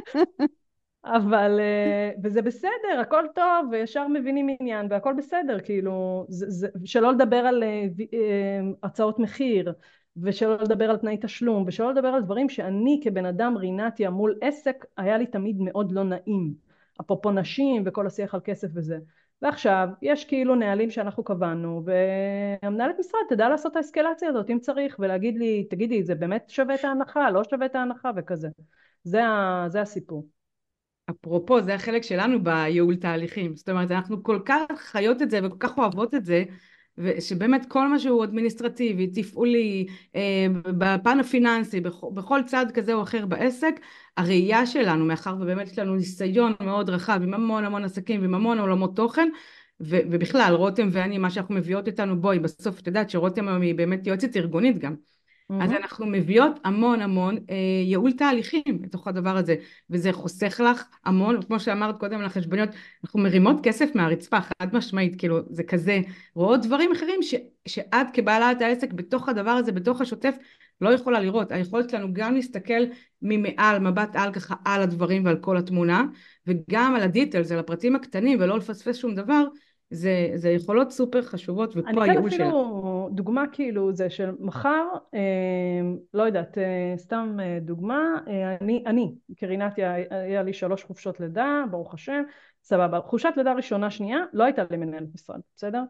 אבל, אה, וזה בסדר, הכל טוב, וישר מבינים עניין, והכל בסדר, כאילו, זה, זה, שלא לדבר על אה, אה, הצעות מחיר, ושלא לדבר על תנאי תשלום, ושלא לדבר על דברים שאני כבן אדם רינתיה מול עסק, היה לי תמיד מאוד לא נעים. אפרופו נשים וכל השיח על כסף וזה. ועכשיו, יש כאילו נהלים שאנחנו קבענו, והמנהלת משרד תדע לעשות את האסקלציה הזאת, אם צריך, ולהגיד לי, תגידי, זה באמת שווה את ההנחה, לא שווה את ההנחה, וכזה. זה, ה, זה הסיפור. אפרופו, זה החלק שלנו בייעול תהליכים. זאת אומרת, אנחנו כל כך חיות את זה וכל כך אוהבות את זה, שבאמת כל מה שהוא אדמיניסטרטיבי, תפעולי, אה, בפן הפיננסי, בכל, בכל צד כזה או אחר בעסק, הראייה שלנו, מאחר ובאמת יש לנו ניסיון מאוד רחב עם המון המון עסקים ועם המון עולמות תוכן, ו, ובכלל, רותם ואני, מה שאנחנו מביאות איתנו, בואי, בסוף את יודעת שרותם היא באמת יועצת ארגונית גם. אז אנחנו מביאות המון המון אה, ייעול תהליכים לתוך הדבר הזה, וזה חוסך לך המון, כמו שאמרת קודם על החשבוניות, אנחנו מרימות כסף מהרצפה, חד משמעית, כאילו זה כזה, רואות דברים אחרים ש, שאת כבעלת העסק בתוך הדבר הזה, בתוך השוטף, לא יכולה לראות. היכולת שלנו גם להסתכל ממעל, מבט על ככה, על הדברים ועל כל התמונה, וגם על הדיטלס, על הפרטים הקטנים, ולא לפספס שום דבר, זה, זה יכולות סופר חשובות, ופה הייעול שלה. אני כאן אפילו דוגמה כאילו זה של מחר, אה, לא יודעת, אה, סתם אה, דוגמה, אה, אני, אני כרינת היה, היה לי שלוש חופשות לידה, ברוך השם, סבבה, חופשת לידה ראשונה שנייה, לא הייתה לי מנהלת משרד, בסדר?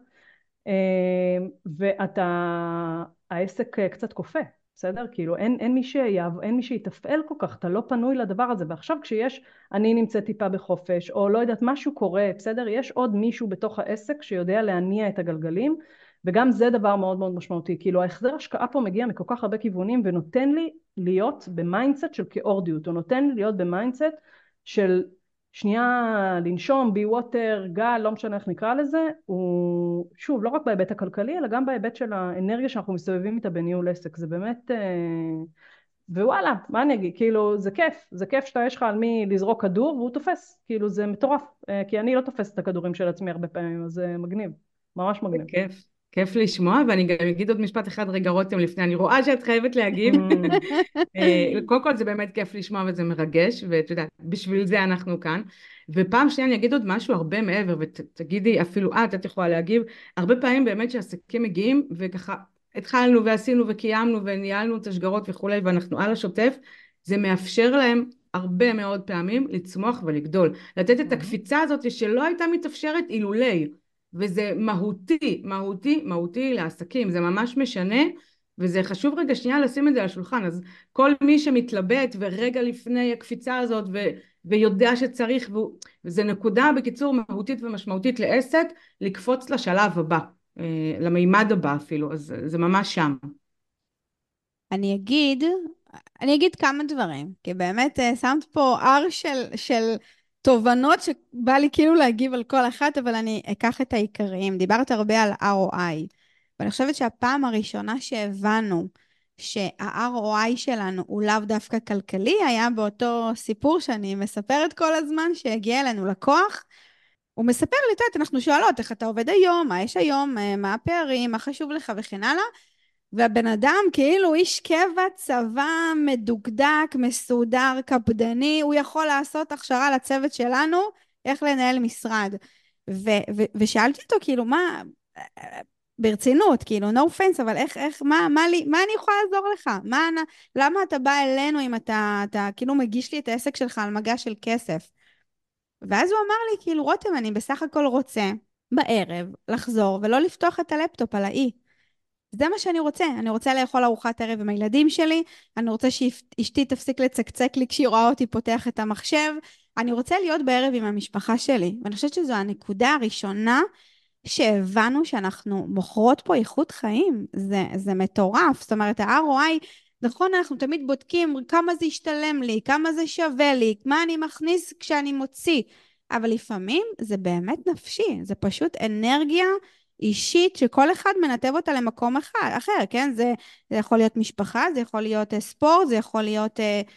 אה, ואתה, העסק אה, קצת קופא. בסדר? כאילו אין, אין מי שיעב, אין מי שיתפעל כל כך, אתה לא פנוי לדבר הזה, ועכשיו כשיש, אני נמצאת טיפה בחופש, או לא יודעת, משהו קורה, בסדר? יש עוד מישהו בתוך העסק שיודע להניע את הגלגלים, וגם זה דבר מאוד מאוד משמעותי, כאילו ההחזר השקעה פה מגיע מכל כך הרבה כיוונים, ונותן לי להיות במיינדסט של כאורדיות, הוא נותן לי להיות במיינדסט של שנייה לנשום, בי ווטר, גל, לא משנה איך נקרא לזה, הוא שוב לא רק בהיבט הכלכלי אלא גם בהיבט של האנרגיה שאנחנו מסתובבים איתה בניהול עסק, זה באמת, ווואלה, מה אני אגיד, כאילו זה כיף, זה כיף שאתה יש לך על מי לזרוק כדור והוא תופס, כאילו זה מטורף, כי אני לא תופסת את הכדורים של עצמי הרבה פעמים, אז זה מגניב, ממש מגניב. כיף. כיף לשמוע, ואני גם אגיד עוד משפט אחד רגע רותם לפני, אני רואה שאת חייבת להגיב. קודם כל זה באמת כיף לשמוע וזה מרגש, ואת יודעת, בשביל זה אנחנו כאן. ופעם שנייה אני אגיד עוד משהו הרבה מעבר, ותגידי אפילו את, את יכולה להגיב, הרבה פעמים באמת שעסקים מגיעים, וככה התחלנו ועשינו וקיימנו וניהלנו את השגרות וכולי, ואנחנו על השוטף, זה מאפשר להם הרבה מאוד פעמים לצמוח ולגדול. לתת את הקפיצה הזאת שלא הייתה מתאפשרת אילולי. וזה מהותי, מהותי, מהותי לעסקים, זה ממש משנה, וזה חשוב רגע שנייה לשים את זה על השולחן, אז כל מי שמתלבט ורגע לפני הקפיצה הזאת ו, ויודע שצריך, וזה נקודה בקיצור מהותית ומשמעותית לעסק, לקפוץ לשלב הבא, למימד הבא אפילו, אז זה ממש שם. אני אגיד, אני אגיד כמה דברים, כי באמת שמת פה אר של, של תובנות שבא לי כאילו להגיב על כל אחת, אבל אני אקח את העיקריים. דיברת הרבה על אר או איי, ואני חושבת שהפעם הראשונה שהבנו שה-אר או איי שלנו הוא לאו דווקא כלכלי, היה באותו סיפור שאני מספרת כל הזמן, שהגיע אלינו לקוח, הוא מספר לי, תת, אנחנו שואלות איך אתה עובד היום, מה יש היום, מה הפערים, מה חשוב לך וכן הלאה, והבן אדם כאילו איש קבע, צבא, מדוקדק, מסודר, קפדני, הוא יכול לעשות הכשרה לצוות שלנו, איך לנהל משרד. ו- ו- ושאלתי אותו כאילו, מה, ברצינות, כאילו, no offense, אבל איך, איך, מה, מה לי, מה אני יכולה לעזור לך? מה, למה אתה בא אלינו אם אתה, אתה כאילו מגיש לי את העסק שלך על מגע של כסף? ואז הוא אמר לי, כאילו, רותם, אני בסך הכל רוצה בערב לחזור ולא לפתוח את הלפטופ על האי. זה מה שאני רוצה, אני רוצה לאכול ארוחת ערב עם הילדים שלי, אני רוצה שאשתי תפסיק לצקצק לי כשהיא רואה אותי פותח את המחשב, אני רוצה להיות בערב עם המשפחה שלי, ואני חושבת שזו הנקודה הראשונה שהבנו שאנחנו מוכרות פה איכות חיים, זה, זה מטורף, זאת אומרת ה-אר או איי, נכון, אנחנו תמיד בודקים כמה זה ישתלם לי, כמה זה שווה לי, מה אני מכניס כשאני מוציא, אבל לפעמים זה באמת נפשי, זה פשוט אנרגיה, אישית שכל אחד מנתב אותה למקום אחד, אחר, כן? זה, זה יכול להיות משפחה, זה יכול להיות ספורט, זה יכול להיות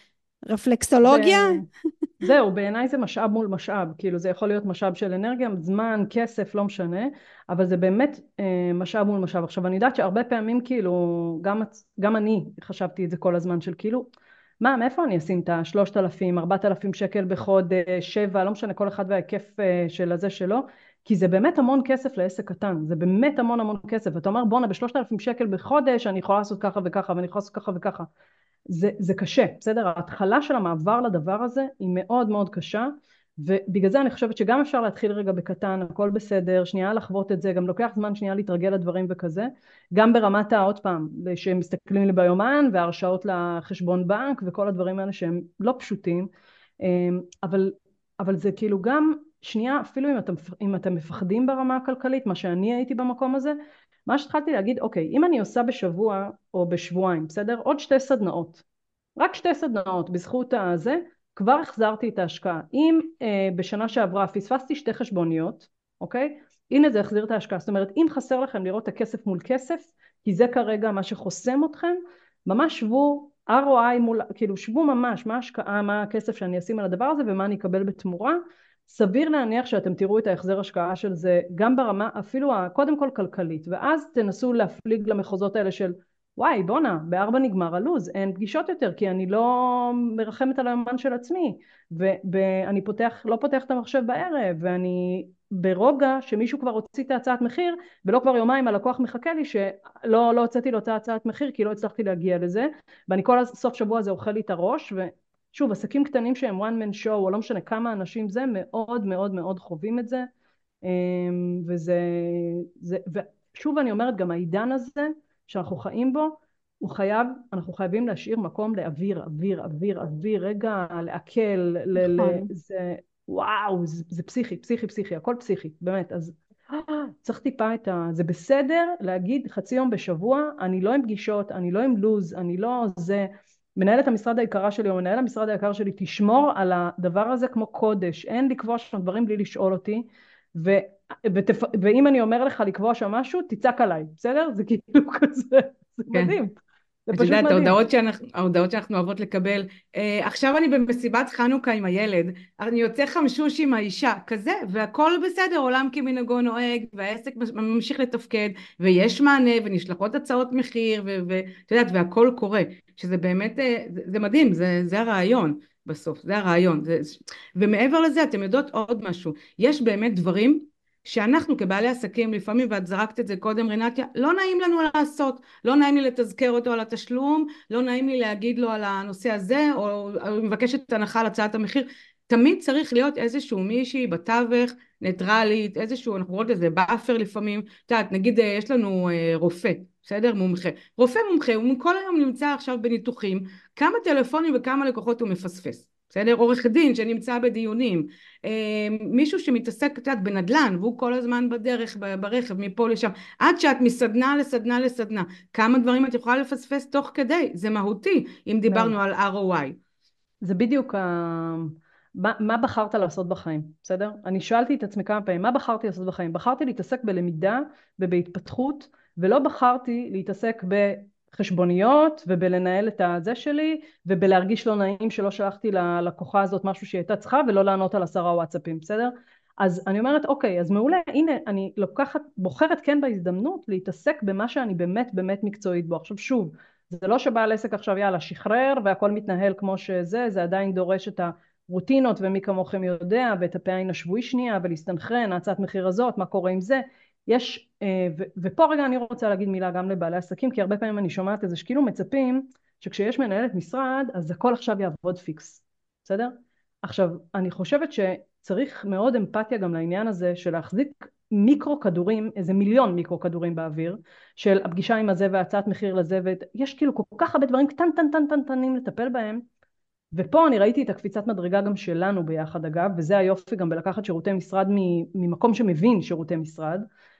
רפלקסולוגיה? זהו, בעיניי זה משאב מול משאב, כאילו זה יכול להיות משאב של אנרגיה, זמן, כסף, לא משנה, אבל זה באמת אה, משאב מול משאב. עכשיו אני יודעת שהרבה פעמים כאילו, גם, גם אני חשבתי את זה כל הזמן של כאילו, מה, מאיפה אני אשים את ה-שלושת אלפים, ארבעת אלפים שקל בחודש, שבע, לא משנה, כל אחד וההיקף אה, של הזה שלו, כי זה באמת המון כסף לעסק קטן, זה באמת המון המון כסף, ואתה אומר בונה ב-שלושת אלפים שקל בחודש, אני יכולה לעשות ככה וככה, ואני יכולה לעשות ככה וככה. זה, זה קשה, בסדר? ההתחלה של המעבר לדבר הזה היא מאוד מאוד קשה, ובגלל זה אני חושבת שגם אפשר להתחיל רגע בקטן, הכל בסדר, שנייה לחוות את זה, גם לוקח זמן שנייה להתרגל לדברים וכזה, גם ברמת העוד פעם, שמסתכלים לי ביומן, והרשאות לחשבון בנק, וכל הדברים האלה שהם לא פשוטים, אבל, אבל זה כאילו גם, שנייה, אפילו אם אתם, אם אתם מפחדים ברמה הכלכלית, מה שאני הייתי במקום הזה, מה שהתחלתי להגיד, אוקיי, אם אני עושה בשבוע או בשבועיים, בסדר? עוד שתי סדנאות, רק שתי סדנאות בזכות הזה, כבר החזרתי את ההשקעה. אם אה, בשנה שעברה פספסתי שתי חשבוניות, אוקיי? הנה זה החזיר את ההשקעה. זאת אומרת, אם חסר לכם לראות את הכסף מול כסף, כי זה כרגע מה שחוסם אתכם, ממש שבו אר או איי מול, כאילו שבו ממש, מה ההשקעה, מה הכסף שאני אשים על הדבר הזה ומה אני אקבל בתמורה, סביר להניח שאתם תראו את ההחזר השקעה של זה גם ברמה אפילו קודם כל כלכלית, ואז תנסו להפליג למחוזות האלה של וואי בונה בארבע נגמר הלוז, אין פגישות יותר כי אני לא מרחמת על היומן של עצמי, ואני פותח, לא פותח את המחשב בערב, ואני ברוגע שמישהו כבר הוציא את הצעת מחיר, ולא כבר יומיים הלקוח מחכה לי שלא לא הוצאתי לו את הצעת מחיר כי לא הצלחתי להגיע לזה, ואני כל הסוף שבוע הזה אוכל לי את הראש, ו שוב, עסקים קטנים שהם one man show, או לא משנה כמה אנשים זה, מאוד מאוד מאוד חווים את זה, וזה, זה, ושוב אני אומרת, גם העידן הזה, שאנחנו חיים בו, הוא חייב, אנחנו חייבים להשאיר מקום לאוויר, אוויר, אוויר, אוויר, רגע, לעכל, ל, נכון. ל, זה, וואו, זה, זה פסיכי, פסיכי, פסיכי, הכל פסיכי, באמת, אז צריך טיפה את ה... זה בסדר להגיד חצי יום בשבוע, אני לא עם פגישות, אני לא עם לוז, אני לא זה... מנהלת המשרד היקרה שלי או מנהל המשרד היקר שלי תשמור על הדבר הזה כמו קודש, אין לקבוע שם דברים בלי לשאול אותי, ו, ותפ, ואם אני אומר לך לקבוע שם משהו, תצעק עליי, בסדר? זה כאילו כזה, זה כן. מדהים. זה את פשוט יודעת, מדהים. ההודעות שאנחנו, ההודעות שאנחנו אוהבות לקבל, אה, עכשיו אני במסיבת חנוכה עם הילד, אני יוצא חמשוש עם האישה, כזה, והכל בסדר, עולם כמנהגו נוהג, והעסק ממשיך לתפקד, ויש מענה, ונשלחות הצעות מחיר, ואת יודעת, והכל קורה, שזה באמת, אה, זה, זה מדהים, זה, זה הרעיון בסוף, זה הרעיון. זה, ומעבר לזה, אתם יודעות עוד משהו, יש באמת דברים, שאנחנו כבעלי עסקים לפעמים, ואת זרקת את זה קודם רינתיה, לא נעים לנו לעשות, לא נעים לי לתזכר אותו על התשלום, לא נעים לי להגיד לו על הנושא הזה, או, או מבקשת הנחה על הצעת המחיר, תמיד צריך להיות איזשהו מישהי בתווך, ניטרלית, איזשהו, אנחנו רואות לזה באפר לפעמים, את יודעת, נגיד יש לנו רופא, בסדר? מומחה. רופא מומחה, הוא כל היום נמצא עכשיו בניתוחים, כמה טלפונים וכמה לקוחות הוא מפספס. בסדר? עורך דין שנמצא בדיונים, מישהו שמתעסק קצת בנדלן והוא כל הזמן בדרך, ברכב, מפה לשם, עד שאת מסדנה לסדנה לסדנה, כמה דברים את יכולה לפספס תוך כדי, זה מהותי, אם דיברנו על אר או איי. זה בדיוק ה... מה, מה בחרת לעשות בחיים, בסדר? אני שאלתי את עצמי כמה פעמים, מה בחרתי לעשות בחיים? בחרתי להתעסק בלמידה ובהתפתחות, ולא בחרתי להתעסק בחשבוניות ובלנהל את הזה שלי, ובלהרגיש לא נעים שלא שלחתי ללקוחה הזאת משהו שהיא הייתה צריכה, ולא לענות על עשרה וואטסאפים, בסדר? אז אני אומרת, אוקיי, אז מעולה, הנה, אני לוקחת, בוחרת כן בהזדמנות להתעסק במה שאני באמת באמת מקצועית בו. עכשיו שוב, זה לא שבעל עסק עכשיו יאללה שחרר והכל מתנהל כמו שזה, זה עדיין דורש את הרוטינות ומי כמוכם יודע, ואת הפעין השבועי שנייה ולהסתנכרן, הצעת מחיר הזאת, מה קורה עם זה. יש, ו, ופה רגע אני רוצה להגיד מילה גם לבעלי עסקים, כי הרבה פעמים אני שומעת את זה שכאילו מצפים שכשיש מנהלת משרד אז הכל עכשיו יעבוד פיקס, בסדר? עכשיו אני חושבת שצריך מאוד אמפתיה גם לעניין הזה של להחזיק מיקרו כדורים, איזה מיליון מיקרו כדורים באוויר, של הפגישה עם הזה והצעת מחיר לזה, ויש כאילו כל כך הרבה דברים קטן טן טן טן טנים לטפל בהם, ופה אני ראיתי את הקפיצת מדרגה גם שלנו ביחד אגב, וזה היופי גם בלקחת שירותי משרד ממקום שמבין שירותי משרד,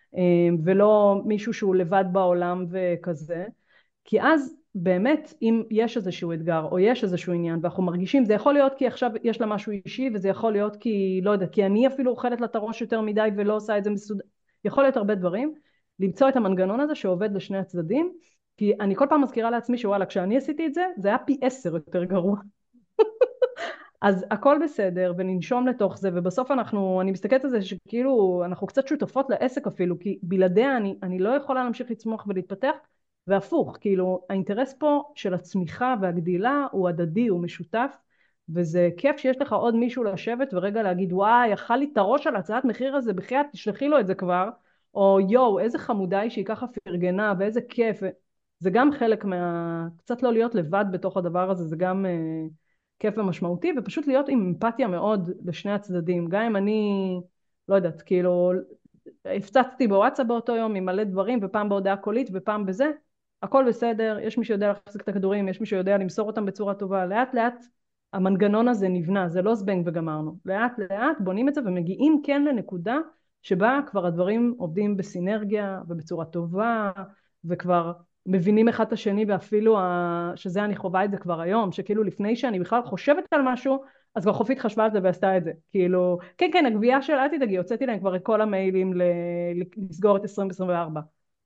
ולא מישהו שהוא לבד בעולם וכזה, כי אז באמת אם יש איזשהו אתגר או יש איזשהו עניין ואנחנו מרגישים, זה יכול להיות כי עכשיו יש לה משהו אישי, וזה יכול להיות כי לא יודע, כי אני אפילו אוכלת לה את הראש יותר מדי ולא עושה את זה מסודר, יכול להיות הרבה דברים, למצוא את המנגנון הזה שעובד לשני הצדדים, כי אני כל פעם מזכירה לעצמי שוואלה כשאני עשיתי את זה, זה היה פי עשר יותר גרוע. אז הכל בסדר, וננשום לתוך זה, ובסוף אנחנו, אני מסתכלת על זה שכאילו, אנחנו קצת שותפות לעסק אפילו, כי בלעדיה אני, אני לא יכולה להמשיך לצמוח ולהתפתח, והפוך, כאילו, האינטרס פה של הצמיחה והגדילה הוא הדדי, הוא משותף, וזה כיף שיש לך עוד מישהו לשבת ורגע להגיד, וואי, אכל לי את הראש על הצעת מחיר הזה, בחייאת, תשלחי לו את זה כבר, או יואו, איזה חמודה היא שהיא ככה פרגנה, ואיזה כיף, זה גם חלק מה... קצת לא להיות לבד בתוך הדבר הזה, זה גם... כיף ומשמעותי, ופשוט להיות עם אמפתיה מאוד לשני הצדדים. גם אם אני, לא יודעת, כאילו, הפצצתי בוואטסאפ באותו יום עם מלא דברים, ופעם בהודעה קולית ופעם בזה, הכל בסדר, יש מי שיודע להחזיק את הכדורים, יש מי שיודע למסור אותם בצורה טובה, לאט לאט המנגנון הזה נבנה, זה לא זבנג וגמרנו. לאט לאט בונים את זה ומגיעים כן לנקודה שבה כבר הדברים עובדים בסינרגיה ובצורה טובה, וכבר מבינים אחד את השני, ואפילו ה... שזה אני חווה את זה כבר היום, שכאילו לפני שאני בכלל חושבת על משהו, אז כבר חופית חשבה על זה ועשתה את זה. כאילו, כן, כן, הגבייה של אל תדאגי, הוצאתי להם כבר את כל המיילים ל... לסגור את עשרים עשרים וארבע.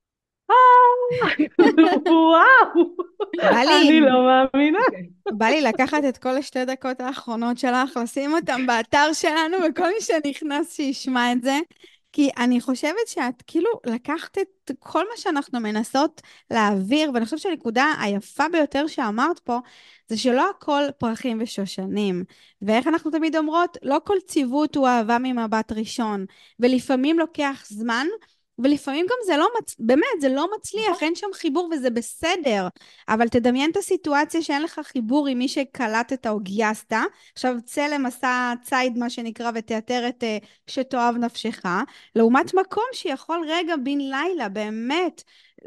וואו, בא לי, אני לא מאמינה. בא לי לקחת את כל השתי דקות האחרונות שלך, לשים אותם באתר שלנו, וכל מי שנכנס שישמע את זה, כי אני חושבת שאת כאילו לקחת את כל מה שאנחנו מנסות להעביר, ואני חושבת שהנקודה היפה ביותר שאמרת פה, זה שלא הכל פרחים ושושנים. ואיך אנחנו תמיד אומרות, לא כל ציוות הוא אהבה ממבט ראשון, ולפעמים לוקח זמן, ולפעמים גם זה לא, מצ... באמת, זה לא מצליח, אין שם חיבור וזה בסדר. אבל תדמיין את הסיטואציה שאין לך חיבור עם מי שקלטת או גייסת. עכשיו צא למסע ציד, מה שנקרא, ותיאטר את uh, שתאהב נפשך, לעומת מקום שיכול רגע בן לילה, באמת,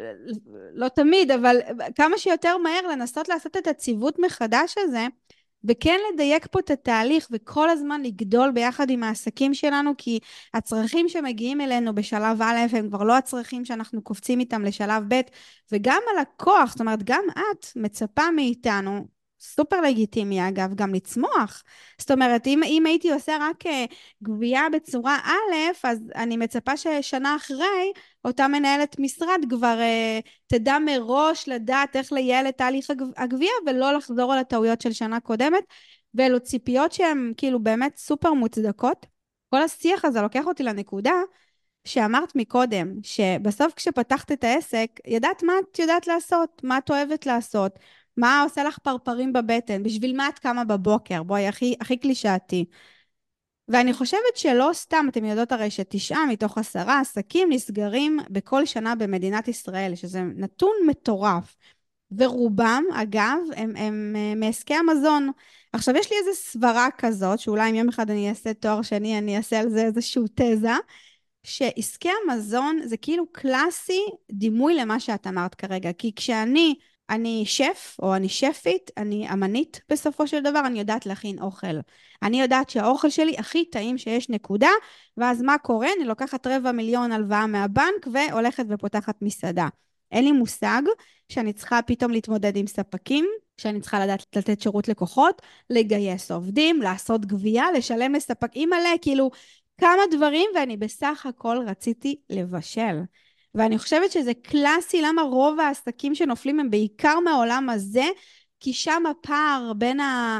לא תמיד, אבל כמה שיותר מהר לנסות לעשות את הציוות מחדש הזה, וכן לדייק פה את התהליך וכל הזמן לגדול ביחד עם העסקים שלנו, כי הצרכים שמגיעים אלינו בשלב א' הם כבר לא הצרכים שאנחנו קופצים איתם לשלב ב', וגם הלקוח, זאת אומרת, גם את מצפה מאיתנו, סופר לגיטימי אגב, גם לצמוח. זאת אומרת, אם, אם הייתי עושה רק גבייה בצורה א', אז אני מצפה ששנה אחרי, אותה מנהלת משרד כבר uh, תדע מראש לדעת איך לייעל את תהליך הגבייה, ולא לחזור על הטעויות של שנה קודמת, ואלו ציפיות שהן כאילו באמת סופר מוצדקות. כל השיח הזה לוקח אותי לנקודה שאמרת מקודם, שבסוף כשפתחת את העסק, ידעת מה את יודעת לעשות, מה את אוהבת לעשות, מה עושה לך פרפרים בבטן, בשביל מה את קמה בבוקר, בואי, הכי, הכי קלישאתי. ואני חושבת שלא סתם, אתם יודעות הרי שתשעה מתוך עשרה עסקים נסגרים בכל שנה במדינת ישראל, שזה נתון מטורף. ורובם, אגב, הם, הם, הם מעסקי המזון. עכשיו, יש לי איזו סברה כזאת, שאולי אם יום אחד אני אעשה תואר שני, אני אעשה על זה איזשהו תזה, שעסקי המזון זה כאילו קלאסי דימוי למה שאת אמרת כרגע. כי כשאני, אני שף או אני שפית, אני אמנית בסופו של דבר, אני יודעת להכין אוכל. אני יודעת שהאוכל שלי הכי טעים שיש נקודה, ואז מה קורה? אני לוקחת רבע מיליון הלוואה מהבנק והולכת ופותחת מסעדה. אין לי מושג שאני צריכה פתאום להתמודד עם ספקים, שאני צריכה לדעת לתת שירות לקוחות, לגייס עובדים, לעשות גבייה, לשלם לספקים מלא, כאילו כמה דברים, ואני בסך הכל רציתי לבשל. ואני חושבת שזה קלאסי, למה רוב העסקים שנופלים הם בעיקר מהעולם הזה, כי שם הפער בין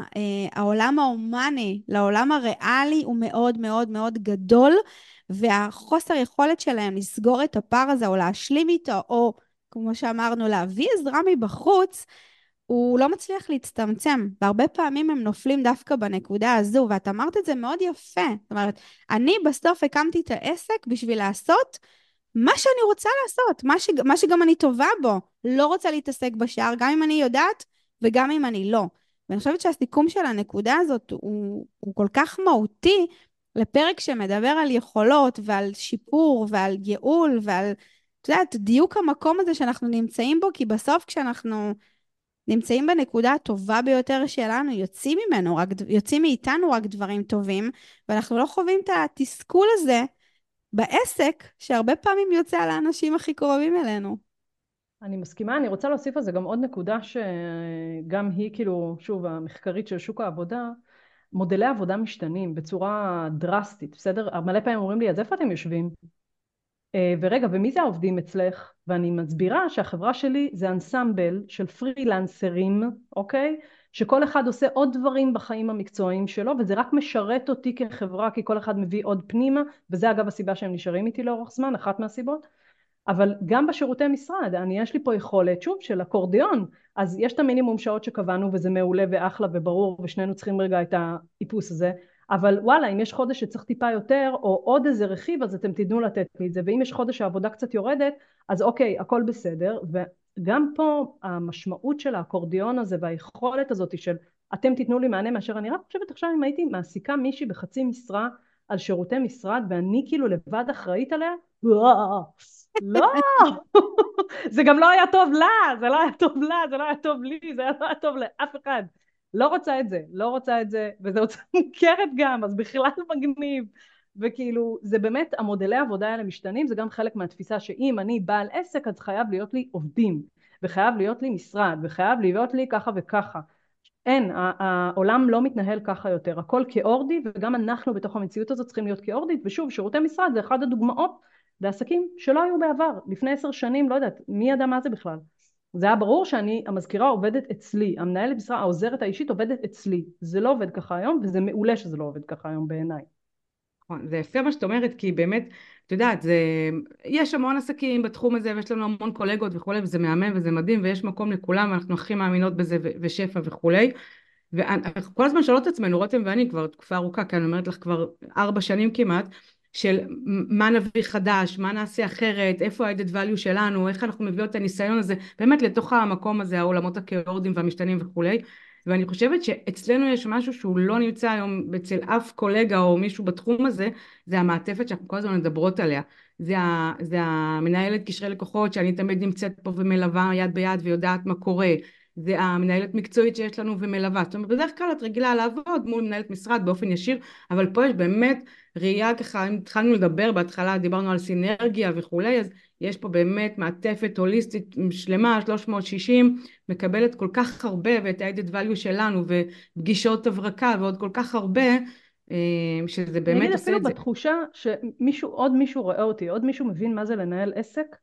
העולם ההומני לעולם הריאלי הוא מאוד מאוד מאוד גדול, והחוסר יכולת שלהם לסגור את הפער הזה או להשלים איתו, או כמו שאמרנו, להביא עזרה מבחוץ, הוא לא מצליח להצטמצם, והרבה פעמים הם נופלים דווקא בנקודה הזו, ואת אמרת את זה מאוד יפה. זאת אומרת, אני בסוף הקמתי את העסק בשביל לעשות מה שאני רוצה לעשות, מה, ש... מה שגם אני טובה בו. לא רוצה להתעסק בשאר, גם אם אני יודעת וגם אם אני לא. ואני חושבת שהסיכום של הנקודה הזאת הוא, הוא כל כך מהותי לפרק שמדבר על יכולות ועל שיפור ועל ייעול ועל, את יודעת, דיוק המקום הזה שאנחנו נמצאים בו, כי בסוף כשאנחנו נמצאים בנקודה הטובה ביותר שלנו, יוצאים ממנו, רק, יוצאים מאיתנו רק דברים טובים, ואנחנו לא חווים את התסכול הזה בעסק, שהרבה פעמים יוצא על האנשים הכי קרובים אלינו. אני מסכימה, אני רוצה להוסיף על זה גם עוד נקודה שגם היא כאילו, שוב, המחקרית של שוק העבודה, מודלי עבודה משתנים בצורה דרסטית, בסדר? מלא פעמים אומרים לי, אז איפה אתם יושבים? אה, ורגע, ומי זה העובדים אצלך? ואני מסבירה שהחברה שלי זה אנסמבל של פרילנסרים, אוקיי? שכל אחד עושה עוד דברים בחיים המקצועיים שלו, וזה רק משרת אותי כחברה, כי כל אחד מביא עוד פנימה, וזה אגב הסיבה שהם נשארים איתי לאורך זמן, אחת מהסיבות. אבל גם בשירותי משרד, אני יש לי פה יכולת, שוב, של אקורדיון, אז יש את המינימום שעות שקבענו, וזה מעולה ואחלה וברור, ושנינו צריכים רגע את האיפוס הזה, אבל וואלה, אם יש חודש שצריך טיפה יותר, או עוד איזה רכיב, אז אתם תדעו לתת לי את זה, ואם יש חודש שהעבודה קצת יורדת, אז אוקיי, הכל בסדר, וגם פה המשמעות של האקורדיון הזה, והיכולת הזאת של אתם תיתנו לי מענה, מאשר אני רק חושבת עכשיו אם הייתי מעסיקה מישהי בחצי משרה, על שירותי משרד, ואני כאילו לבד אחראית עליה, לא, זה גם לא היה טוב לה, זה לא היה טוב לה, זה לא היה טוב לי, זה לא היה טוב לאף אחד. לא רוצה את זה, לא רוצה את זה, וזה הוצאה מוכרת גם, אז בכלל מגניב. וכאילו, זה באמת, המודלי העבודה האלה משתנים, זה גם חלק מהתפיסה שאם אני בעל עסק, אז חייב להיות לי עובדים, וחייב להיות לי משרד, וחייב להיות לי ככה וככה. אין, העולם לא מתנהל ככה יותר, הכל כאורדי, וגם אנחנו בתוך המציאות הזאת צריכים להיות כאורדית, ושוב, שירותי משרד זה אחד הדוגמאות לעסקים שלא היו בעבר, לפני עשר שנים, לא יודעת, מי ידע מה זה בכלל? זה היה ברור שאני, המזכירה עובדת אצלי, המנהלת משרה, העוזרת האישית עובדת אצלי, זה לא עובד ככה היום, וזה מעולה שזה לא עובד ככה היום בעיניי. נכון, זה יפה מה שאת אומרת, כי באמת, את יודעת, זה, יש המון עסקים בתחום הזה, ויש לנו המון קולגות וכולי, וזה מהמם וזה מדהים, ויש מקום לכולם, ואנחנו הכי מאמינות בזה, ו- ושפע וכולי. ואנחנו כל הזמן שואלות את עצמנו, רותם ואני כבר תקופה ארוכה, כי אני אומרת לך כבר ארבע שנים כמעט, של מה נביא חדש, מה נעשה אחרת, איפה ה-added value שלנו, איך אנחנו מביאות את הניסיון הזה, באמת לתוך המקום הזה, העולמות הכאורדים והמשתנים וכולי. ואני חושבת שאצלנו יש משהו שהוא לא נמצא היום אצל אף קולגה או מישהו בתחום הזה, זה המעטפת שאנחנו כל הזמן מדברות עליה. זה, ה, זה המנהלת קשרי לקוחות שאני תמיד נמצאת פה ומלווה יד ביד ויודעת מה קורה. זה המנהלת מקצועית שיש לנו ומלווה. זאת אומרת, בדרך כלל את רגילה לעבוד מול מנהלת משרד באופן ישיר, אבל פה יש באמת ראייה ככה, אם התחלנו לדבר בהתחלה, דיברנו על סינרגיה וכולי, אז יש פה באמת מעטפת הוליסטית שלמה, שלוש מאות שישים, מקבלת כל כך הרבה, ואת ה-added value שלנו, ופגישות הברקה, ועוד כל כך הרבה, שזה באמת עושה את זה. אני אגיד אפילו בתחושה שמישהו, עוד מישהו רואה אותי, עוד מישהו מבין מה זה לנהל עסק,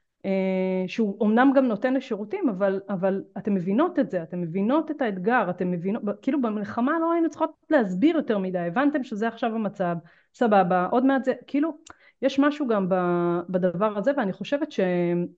שהוא אומנם גם נותן לשירותים, אבל, אבל אתם מבינות את זה, אתם מבינות את האתגר, אתם מבינות, כאילו במלחמה לא היינו צריכות להסביר יותר מדי, הבנתם שזה עכשיו המצב, סבבה, עוד מעט זה, כאילו, יש משהו גם בדבר הזה, ואני חושבת ש,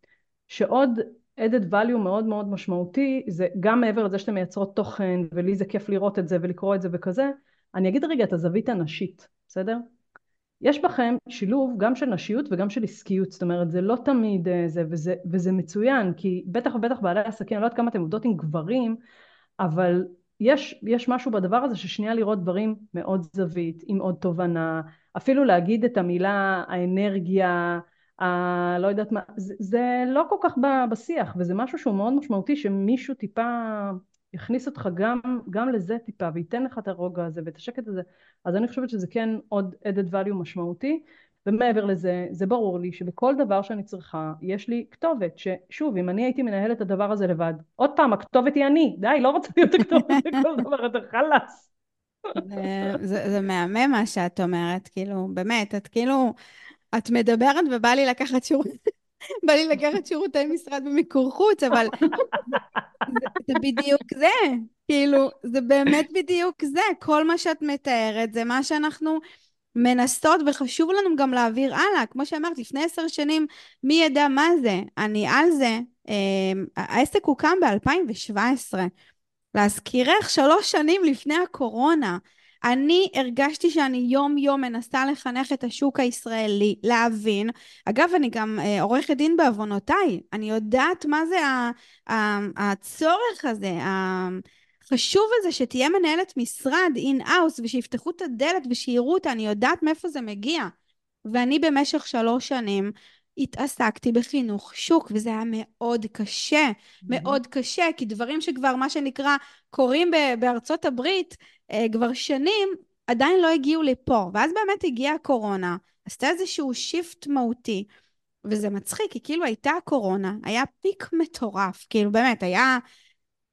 שעוד added value מאוד מאוד משמעותי, זה גם מעבר לזה שאתם מייצרות תוכן, ולי זה כיף לראות את זה ולקרוא את זה וכזה, אני אגיד רגע את הזווית הנשית, בסדר? יש בכם שילוב גם של נשיות וגם של עסקיות, זאת אומרת זה לא תמיד זה, וזה, וזה מצוין, כי בטח ובטח בעלי עסקים, אני לא יודעת כמה אתם עובדות עם גברים, אבל יש, יש משהו בדבר הזה ששנייה לראות דברים מאוד זווית, עם עוד תובנה, אפילו להגיד את המילה האנרגיה, ה, לא יודעת מה, זה, זה לא כל כך בשיח, וזה משהו שהוא מאוד משמעותי, שמישהו טיפה יכניס אותך גם, גם לזה טיפה, וייתן לך את הרוגע הזה ואת השקט הזה, אז אני חושבת שזה כן עוד added value משמעותי, ומעבר לזה, זה ברור לי שבכל דבר שאני צריכה, יש לי כתובת, ששוב, אם אני הייתי מנהלת את הדבר הזה לבד, עוד פעם, הכתובת היא אני, די, לא רוצה להיות הכתובת לכל דבר, אתה חלס. זה, זה, זה מהמם מה שאת אומרת, כאילו, באמת, את כאילו, את מדברת ובא לי לקחת שירות, בא לי לקחת שירותי משרד במיקור חוץ, אבל זה, זה בדיוק זה, כאילו, זה באמת בדיוק זה, כל מה שאת מתארת, זה מה שאנחנו מנסות, וחשוב לנו גם להעביר הלאה, כמו שאמרת, לפני עשר שנים, מי ידע מה זה? אני על זה, העסק הוקם ב-אלפיים שבע עשרה, להזכירך שלוש שנים לפני הקורונה, אני הרגשתי שאני יום יום מנסה לחנך את השוק הישראלי, להבין, אגב אני גם אה, עורכת דין בעוונותיי, אני יודעת מה זה ה, ה, הצורך הזה, החשוב הזה שתהיה מנהלת משרד אין-האוס ושיפתחו את הדלת ושיראו אותה, אני יודעת מאיפה זה מגיע, ואני במשך שלוש שנים התעסקתי בחינוך שוק, וזה היה מאוד קשה, מאוד קשה, כי דברים שכבר מה שנקרא קורים בארצות הברית כבר שנים, עדיין לא הגיעו לפה, ואז באמת הגיעה הקורונה, עשתה איזשהו שיפט מהותי, וזה מצחיק, כי כאילו הייתה הקורונה, היה פיק מטורף, כאילו באמת היה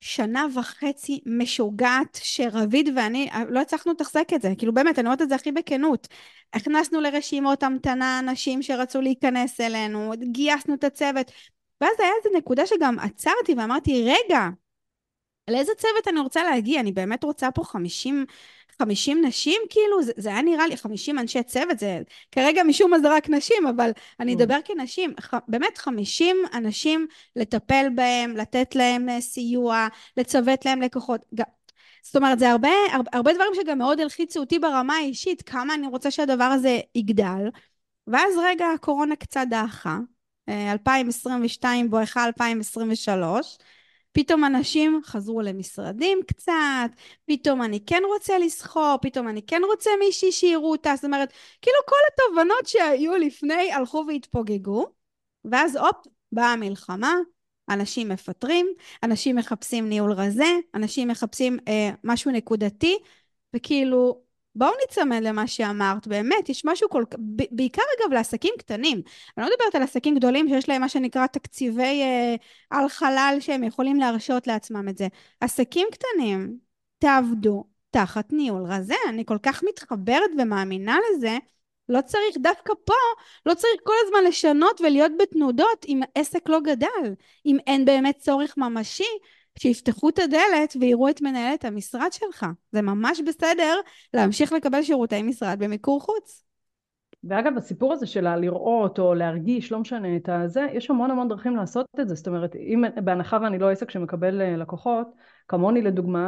שנה וחצי משוגעת שרביד ואני לא הצלחנו לתחזק את זה, כאילו באמת, אני אומרת את זה הכי בכנות. הכנסנו לרשימות המתנה אנשים שרצו להיכנס אלינו, גייסנו את הצוות, ואז היה איזו נקודה שגם עצרתי ואמרתי, רגע, לאיזה צוות אני רוצה להגיע? אני באמת רוצה פה חמישים, חמישים נשים, כאילו, זה, זה היה נראה לי חמישים אנשי צוות, זה כרגע משום מה זה רק נשים, אבל אני אדבר כנשים, ח, באמת חמישים אנשים לטפל בהם, לתת להם סיוע, לצוות להם לקוחות. זאת אומרת, זה הרבה, הרבה, הרבה דברים שגם מאוד הלחיצו אותי ברמה האישית, כמה אני רוצה שהדבר הזה יגדל, ואז רגע הקורונה קצת דאחה, אלפיים עשרים ושתיים בואכה אלפיים עשרים ושלוש, פתאום אנשים חזרו למשרדים קצת, פתאום אני כן רוצה לסחור, פתאום אני כן רוצה מישהי שיראו אותה, זאת אומרת, כאילו כל התובנות שהיו לפני הלכו והתפוגגו, ואז הופ, באה המלחמה, אנשים מפטרים, אנשים מחפשים ניהול רזה, אנשים מחפשים אה, משהו נקודתי, וכאילו, בואו נצמד למה שאמרת, באמת, יש משהו כל כך, בעיקר אגב לעסקים קטנים, אני לא מדברת על עסקים גדולים שיש להם מה שנקרא תקציבי אה, על חלל שהם יכולים להרשות לעצמם את זה. עסקים קטנים, תעבדו תחת ניהול רזה, אני כל כך מתחברת ומאמינה לזה, לא צריך דווקא פה, לא צריך כל הזמן לשנות ולהיות בתנודות אם עסק לא גדל, אם אין באמת צורך ממשי, שיפתחו את הדלת ויראו את מנהלת המשרד שלך. זה ממש בסדר להמשיך לקבל שירותי משרד במיקור חוץ. ואגב, הסיפור הזה של לראות או להרגיש, לא משנה את הזה, יש המון המון דרכים לעשות את זה. זאת אומרת, אם בהנחה ואני לא עסק שמקבל לקוחות, כמוני לדוגמה,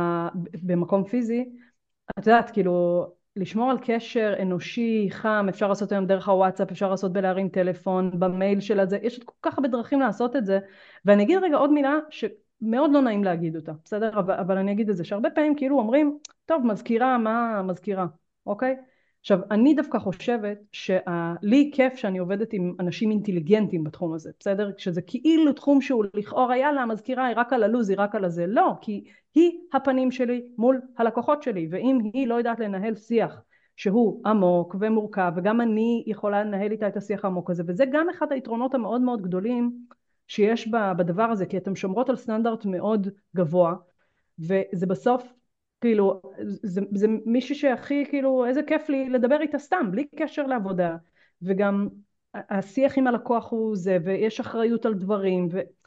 במקום פיזי, את יודעת, כאילו, לשמור על קשר אנושי, חם, אפשר לעשות היום דרך הוואטסאפ, אפשר לעשות בלהרים טלפון, במייל של הזה, יש כל כך הרבה דרכים לעשות את זה. ואני אגיד רגע עוד מילה שמאוד לא נעים להגיד אותה, בסדר? אבל, אבל אני אגיד את זה, שהרבה פעמים כאילו אומרים, טוב, מזכירה, מה מזכירה, אוקיי? עכשיו, אני דווקא חושבת שלי כיף שאני עובדת עם אנשים אינטליגנטים בתחום הזה, בסדר? שזה כאילו תחום שהוא לכאורה, יאללה, המזכירה היא רק על הלוז, היא רק על הזה. לא, כי היא הפנים שלי מול הלקוחות שלי, ואם היא לא יודעת לנהל שיח שהוא עמוק ומורכב, וגם אני יכולה לנהל איתה את השיח העמוק הזה, וזה גם אחד היתרונות המאוד מאוד גדולים שיש בדבר הזה, כי אתם שומרות על סטנדרט מאוד גבוה, וזה בסוף כאילו, זה, זה מישהו שהכי, כאילו, איזה כיף לי לדבר איתה סתם, בלי קשר לעבודה, וגם השיח עם הלקוח הוא זה, ויש אחריות על דברים,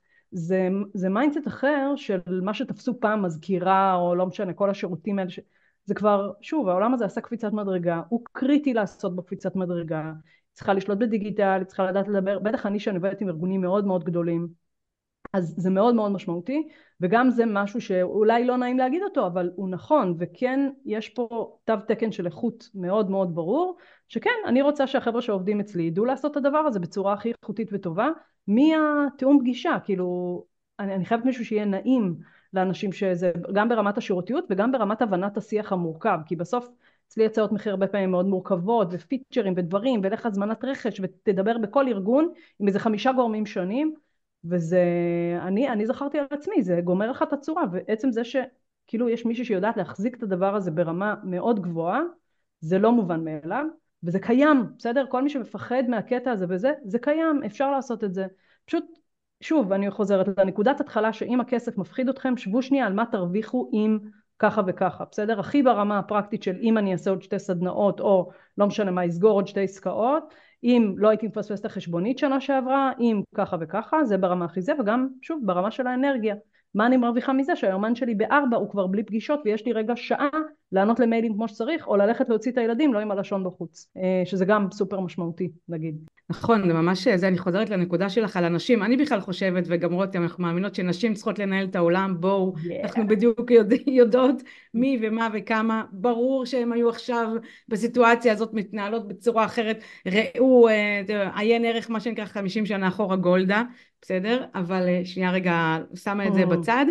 וזה זה מיינדסט אחר של מה שתפסו פעם מזכירה, או לא משנה, כל השירותים האלה, ש... זה כבר, שוב, העולם הזה עשה קפיצת מדרגה, הוא קריטי לעשות בקפיצת מדרגה, צריכה לשלוט בדיגיטל, צריכה לדעת לדבר, בטח אני שאני עובדת עם ארגונים מאוד מאוד גדולים, אז זה מאוד מאוד משמעותי, וגם זה משהו שאולי לא נעים להגיד אותו, אבל הוא נכון, וכן יש פה תו תקן של איכות מאוד מאוד ברור, שכן, אני רוצה שהחבר'ה שעובדים אצלי ידעו לעשות את הדבר הזה בצורה הכי איכותית וטובה, מהתיאום פגישה, כאילו, אני, אני חייבת מישהו שיהיה נעים לאנשים שזה, גם ברמת השירותיות וגם ברמת הבנת השיח המורכב, כי בסוף אצלי הצעות מחיר הרבה פעמים מאוד מורכבות, ופיצ'רים ודברים, ולך הזמנת רכש, ותדבר בכל ארגון עם איזה חמישה גורמים שונים, וזה, אני, אני זכרתי על עצמי, זה גומר לך את הצורה, ועצם זה שכאילו יש מישהו שיודעת להחזיק את הדבר הזה ברמה מאוד גבוהה, זה לא מובן מאליו, וזה קיים, בסדר? כל מי שמפחד מהקטע הזה וזה, זה קיים, אפשר לעשות את זה. פשוט, שוב, אני חוזרת לנקודת התחלה שאם הכסף מפחיד אתכם, שבו שנייה על מה תרוויחו אם ככה וככה, בסדר? הכי ברמה הפרקטית של אם אני אעשה עוד שתי סדנאות, או לא משנה מה, יסגור עוד שתי עסקאות, אם לא הייתי מפספס את החשבונית שנה שעברה, אם ככה וככה, זה ברמה הכי זה, וגם שוב ברמה של האנרגיה. מה אני מרוויחה מזה? שהיומן שלי בארבע הוא כבר בלי פגישות, ויש לי רגע שעה לענות למיילים כמו שצריך, או ללכת להוציא את הילדים, לא עם הלשון בחוץ, שזה גם סופר משמעותי, נגיד. נכון, זה ממש זה, אני חוזרת לנקודה שלך על אנשים, אני בכלל חושבת, וגם רותי, אנחנו מאמינות שנשים צריכות לנהל את העולם, בואו, yeah. אנחנו בדיוק יודע, יודעות מי ומה וכמה, ברור שהם היו עכשיו בסיטואציה הזאת מתנהלות בצורה אחרת, ראו, עיין ערך מה שנקרא חמישים שנה אחורה גולדה, בסדר? אבל שנייה רגע, שמה את זה בצד,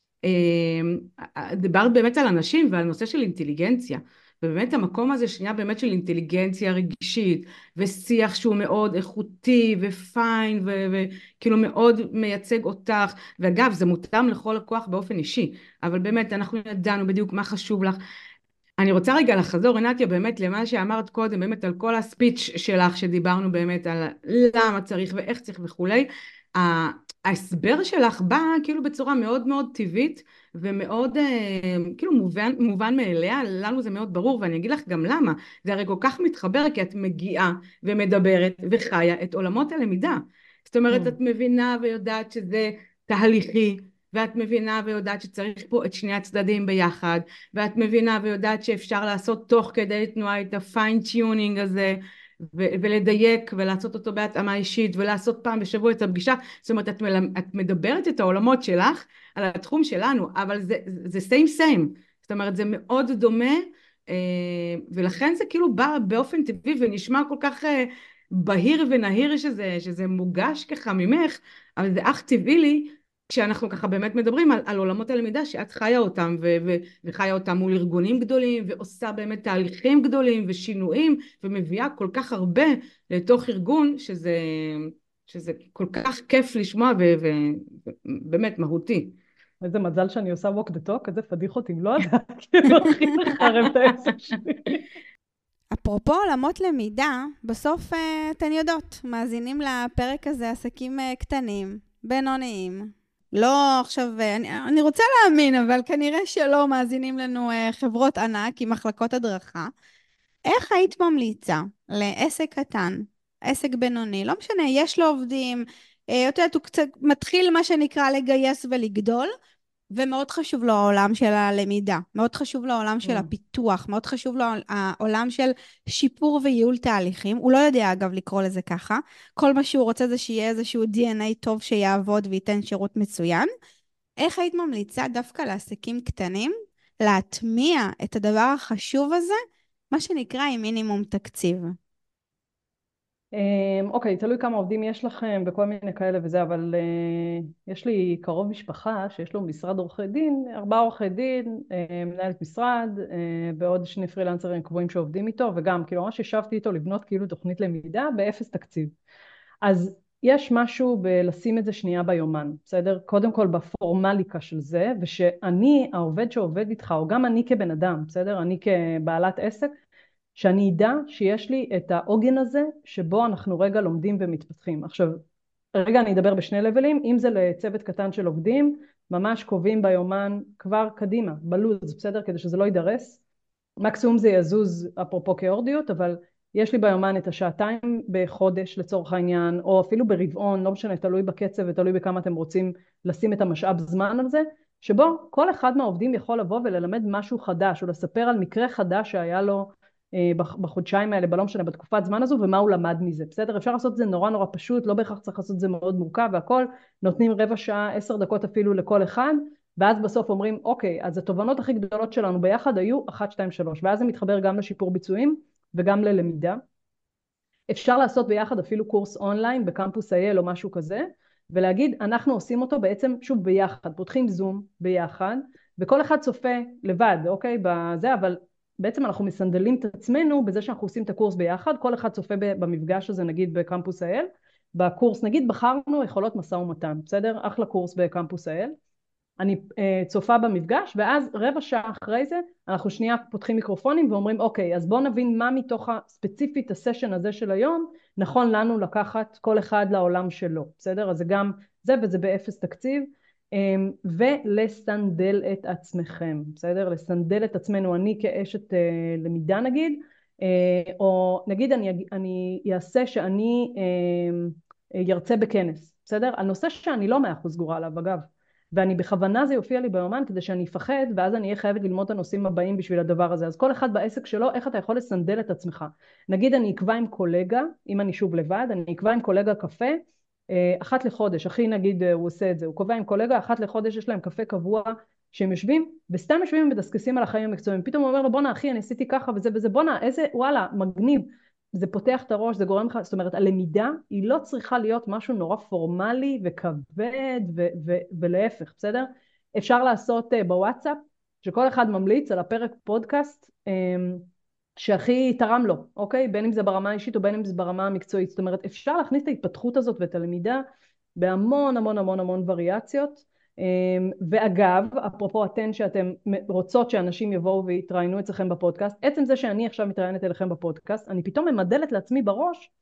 דיברת באמת על אנשים ועל נושא של אינטליגנציה, ובאמת המקום הזה שנייה באמת של אינטליגנציה רגשית, ושיח שהוא מאוד איכותי ופיין, וכאילו מאוד מייצג אותך, ואגב זה מותאם לכל לקוח באופן אישי, אבל באמת אנחנו ידענו בדיוק מה חשוב לך. אני רוצה רגע לחזור, רינתיה, באמת למה שאמרת קודם, באמת על כל הספיץ' שלך, שדיברנו באמת על למה צריך ואיך צריך וכולי, ההסבר שלך בא כאילו בצורה מאוד מאוד טבעית ומאוד אה, כאילו מובן, מובן מאליה, לנו זה מאוד ברור, ואני אגיד לך גם למה. זה הרי כל כך מתחבר, כי את מגיעה ומדברת וחיה את עולמות הלמידה. זאת אומרת, את מבינה ויודעת שזה תהליכי, ואת מבינה ויודעת שצריך פה את שני הצדדים ביחד, ואת מבינה ויודעת שאפשר לעשות תוך כדי תנועה את הפיין טיונינג הזה, ו- ולדייק ולעשות אותו בהתאמה אישית ולעשות פעם בשבוע את הפגישה. זאת אומרת, את, מלמ- את מדברת את העולמות שלך על התחום שלנו, אבל זה, זה same same. זאת אומרת, זה מאוד דומה, אה, ולכן זה כאילו בא באופן טבעי ונשמע כל כך אה, בהיר ונהיר שזה, שזה מוגש ככה ממך, אבל זה אך טבעי לי כשאנחנו ככה באמת מדברים על, על עולמות הלמידה שאת חיה אותם ו, ו, וחיה אותם מול ארגונים גדולים ועושה באמת תהליכים גדולים ושינויים ומביאה כל כך הרבה לתוך ארגון שזה, שזה כל כך כיף לשמוע ובאמת מהותי. איזה מזל שאני עושה walk the talk, איזה פדיחות אם לא יודעת, כאילו הכי לחרב את העסק שלי. אפרופו עולמות למידה, בסוף אה, אתן יודעות, מאזינים לפרק הזה עסקים אה, קטנים, בינוניים. לא עכשיו, אה, אני, אני רוצה להאמין, אבל כנראה שלא מאזינים לנו אה, חברות ענק עם מחלקות הדרכה. איך היית ממליצה לעסק קטן, עסק בינוני, לא משנה, יש לו עובדים, אה, יותר, הוא קצת מתחיל מה שנקרא לגייס ולגדול, ומאוד חשוב לו העולם של הלמידה, מאוד חשוב לו העולם של הפיתוח, מאוד חשוב לו העולם של שיפור וייעול תהליכים. הוא לא יודע אגב לקרוא לזה ככה, כל מה שהוא רוצה זה שיהיה איזשהו די אן איי טוב שיעבוד וייתן שירות מצוין. איך היית ממליצה דווקא לעסקים קטנים להטמיע את הדבר החשוב הזה, מה שנקרא עם מינימום תקציב? אמ, אוקיי, תלוי כמה עובדים יש לכם וכל מיני כאלה וזה, אבל אה, יש לי קרוב משפחה שיש לו משרד עורכי דין, ארבעה עורכי דין, אה, מנהלת משרד, אה, ועוד שני פרילנסרים קבועים שעובדים איתו, וגם כאילו ממש ישבתי איתו לבנות כאילו תוכנית למידה באפס תקציב. אז יש משהו בלשים את זה שנייה ביומן, בסדר? קודם כל בפורמליקה של זה, ושאני, העובד שעובד איתך, או גם אני כבן אדם, בסדר? אני כבעלת עסק, שאני אדע שיש לי את העוגן הזה שבו אנחנו רגע לומדים ומתפתחים. עכשיו, רגע אני אדבר בשני לבלים, אם זה לצוות קטן של עובדים, ממש קובעים ביומן כבר קדימה, בלוז, בסדר? כדי שזה לא יידרס. מקסימום זה יזוז אפרופו כאורדיות, אבל יש לי ביומן את השעתיים בחודש לצורך העניין, או אפילו ברבעון, לא משנה, תלוי בקצב ותלוי בכמה אתם רוצים לשים את המשאב זמן על זה, שבו כל אחד מהעובדים יכול לבוא וללמד משהו חדש, או לספר על מקרה חדש שהיה לו בחודשיים האלה, בלא משנה, בתקופת זמן הזו, ומה הוא למד מזה, בסדר? אפשר לעשות את זה נורא נורא פשוט, לא בהכרח צריך לעשות את זה מאוד מורכב, והכל נותנים רבע שעה, עשר דקות אפילו לכל אחד, ואז בסוף אומרים, אוקיי, אז התובנות הכי גדולות שלנו ביחד היו אחת, שתיים, שלוש, ואז זה מתחבר גם לשיפור ביצועים, וגם ללמידה. אפשר לעשות ביחד אפילו קורס אונליין, בקמפוס אייל או משהו כזה, ולהגיד, אנחנו עושים אותו בעצם, שוב, ביחד, פותחים זום ביחד, וכל אחד צופה לבד, אוקיי, בזה, אבל בעצם אנחנו מסנדלים את עצמנו בזה שאנחנו עושים את הקורס ביחד, כל אחד צופה במפגש הזה נגיד בקמפוס האל, בקורס נגיד בחרנו יכולות מסע ומתן, בסדר? אחלה קורס בקמפוס האל, אני uh, צופה במפגש ואז רבע שעה אחרי זה אנחנו שנייה פותחים מיקרופונים ואומרים אוקיי אז בואו נבין מה מתוך הספציפית הסשן הזה של היום נכון לנו לקחת כל אחד לעולם שלו, בסדר? אז זה גם זה וזה באפס תקציב. ולסנדל את עצמכם, בסדר? לסנדל את עצמנו, אני כאשת למידה נגיד, או נגיד אני, אני אעשה שאני ירצה בכנס, בסדר? על נושא שאני לא מאה אחוז סגורה עליו אגב, ואני בכוונה זה יופיע לי ביומן כדי שאני אפחד, ואז אני אהיה חייבת ללמוד את הנושאים הבאים בשביל הדבר הזה. אז כל אחד בעסק שלו, איך אתה יכול לסנדל את עצמך? נגיד אני אקבע עם קולגה, אם אני שוב לבד, אני אקבע עם קולגה קפה, אחת לחודש, אחי נגיד הוא עושה את זה, הוא קובע עם קולגה, אחת לחודש יש להם קפה קבוע שהם יושבים, וסתם יושבים ומדסקסים על החיים המקצועיים, פתאום הוא אומר לו בונה אחי אני עשיתי ככה וזה וזה, בונה איזה וואלה מגניב, זה פותח את הראש, זה גורם לך, זאת אומרת הלמידה היא לא צריכה להיות משהו נורא פורמלי וכבד ו- ו- ולהפך, בסדר? אפשר לעשות בוואטסאפ, שכל אחד ממליץ על הפרק פודקאסט, שהכי תרם לו, אוקיי? בין אם זה ברמה האישית או בין אם זה ברמה המקצועית. זאת אומרת, אפשר להכניס את ההתפתחות הזאת ואת הלמידה בהמון המון המון המון וריאציות. ואגב, אפרופו אתן שאתם רוצות שאנשים יבואו ויתראיינו אצלכם בפודקאסט, עצם זה שאני עכשיו מתראיינת אליכם בפודקאסט, אני פתאום ממדלת לעצמי בראש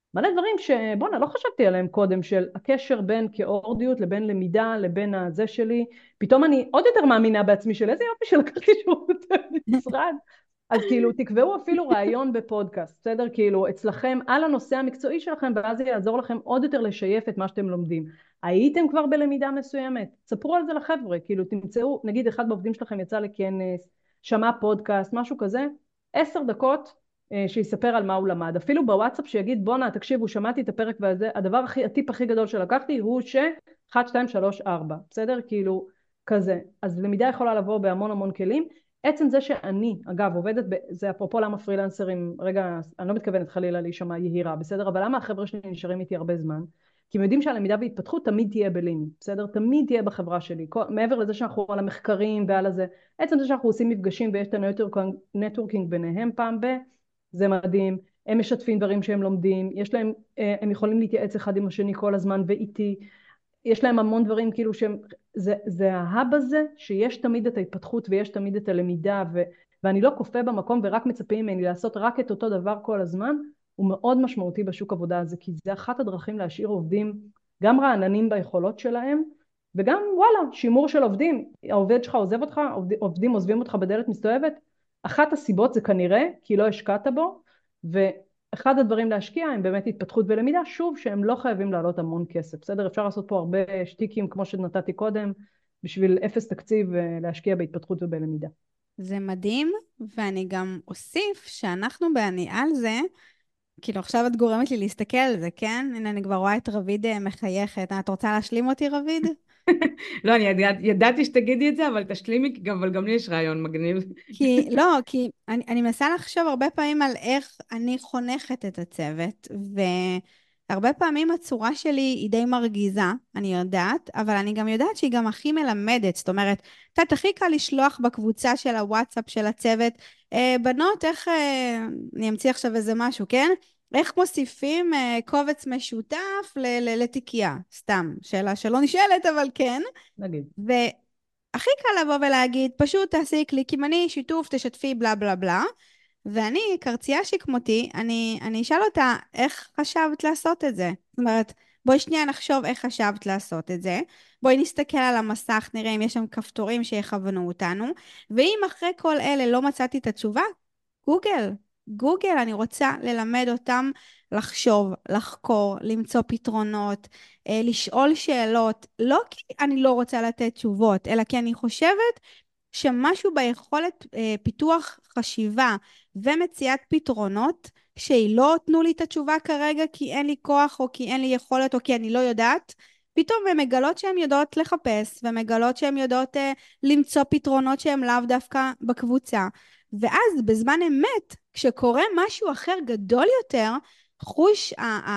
מלא דברים שבואנה, לא חשבתי עליהם קודם, של הקשר בין כאורדיות לבין למידה, לבין הזה שלי. פתאום אני עוד יותר מאמינה בעצמי של איזה יופי שלקחתי שירות במשרד. אז כאילו תקבעו אפילו רעיון בפודקאסט, בסדר? כאילו אצלכם על הנושא המקצועי שלכם, ואז זה יעזור לכם עוד יותר לשייף את מה שאתם לומדים. הייתם כבר בלמידה מסוימת, ספרו על זה לחבר'ה, כאילו תמצאו, נגיד אחד בעובדים שלכם יצא לכנס, שמע פודקאסט, משהו כזה, עשר דקות שיספר על מה הוא למד. אפילו בוואטסאפ שיגיד, בונה, תקשיבו, שמעתי את הפרק והזה, הדבר הכי, הטיפ הכי גדול שלקחתי הוא ש אחת, שתיים, שלוש, ארבע, בסדר? כאילו כזה. אז למידה יכולה לבוא בהמון המון כלים. עצם זה שאני, אגב, עובדת, ב... זה אפרופו למה פרילנסרים, רגע, אני לא מתכוונת חלילה להישמע יהירה, בסדר? אבל למה החבר'ה שלי נשארים איתי הרבה זמן? כי הם יודעים שהלמידה והתפתחות תמיד תהיה בליני, בסדר? תמיד תהיה בחברה שלי. כל... מעבר לזה שאנחנו על המחקרים ועל הזה, עצם זה שאנחנו עושים מפגשים ויש את הנטוורקינג ביניהם פעם ב... זה מדהים, הם משתפים דברים שהם לומדים, יש להם, הם יכולים להתייעץ אחד עם השני כל הזמן ואיתי, יש להם המון דברים כאילו שהם, זה, זה ההאב הזה שיש תמיד את ההתפתחות ויש תמיד את הלמידה ו, ואני לא כופה במקום ורק מצפים ממני לעשות רק את אותו דבר כל הזמן, הוא מאוד משמעותי בשוק עבודה הזה, כי זה אחת הדרכים להשאיר עובדים גם רעננים ביכולות שלהם, וגם וואלה, שימור של עובדים, העובד שלך עוזב אותך, עובדים עוזבים אותך בדלת מסתובבת, אחת הסיבות זה כנראה כי לא השקעת בו, ואחד הדברים להשקיע הם באמת התפתחות ולמידה, שוב שהם לא חייבים לעלות המון כסף, בסדר? אפשר לעשות פה הרבה שטיקים כמו שנתתי קודם, בשביל אפס תקציב להשקיע בהתפתחות ובלמידה. זה מדהים, ואני גם אוסיף שאנחנו בעני על זה, כאילו עכשיו את גורמת לי להסתכל על זה, כן? הנה אני כבר רואה את רביד מחייכת. את רוצה להשלים אותי, רביד? לא, אני ידע, ידעתי שתגידי את זה, אבל תשלימי, אבל גם לי יש רעיון מגניב. כי, לא, כי אני, אני מנסה לחשוב הרבה פעמים על איך אני חונכת את הצוות, והרבה פעמים הצורה שלי היא די מרגיזה, אני יודעת, אבל אני גם יודעת שהיא גם הכי מלמדת, זאת אומרת, אתה הכי קל לשלוח בקבוצה של הוואטסאפ של הצוות, אה, בנות, איך, אה, אני אמציא עכשיו איזה משהו, כן? איך מוסיפים אה, קובץ משותף לתיקייה, סתם, שאלה שלא נשאלת, אבל כן. נגיד. ו... הכי קל לבוא ולהגיד, פשוט תעשי קליק ימני, שיתוף, תשתפי, בלה בלה בלה. ואני, קרצייה שכמותי, אני, אני אשאל אותה, איך חשבת לעשות את זה? זאת אומרת, בואי שנייה נחשוב איך חשבת לעשות את זה. בואי נסתכל על המסך, נראה אם יש שם כפתורים שיכוונו אותנו. ואם אחרי כל אלה לא מצאתי את התשובה, גוגל. גוגל, אני רוצה ללמד אותם לחשוב, לחקור, למצוא פתרונות, אה, לשאול שאלות, לא כי אני לא רוצה לתת תשובות, אלא כי אני חושבת שמשהו ביכולת אה, פיתוח חשיבה ומציאת פתרונות, שהיא לא תנו לי את התשובה כרגע כי אין לי כוח או כי אין לי יכולת או כי אני לא יודעת, פתאום הן מגלות שהן יודעות לחפש ומגלות שהן יודעות אה, למצוא פתרונות שהן לאו דווקא בקבוצה. ואז בזמן אמת, כשקורה משהו אחר גדול יותר, חוש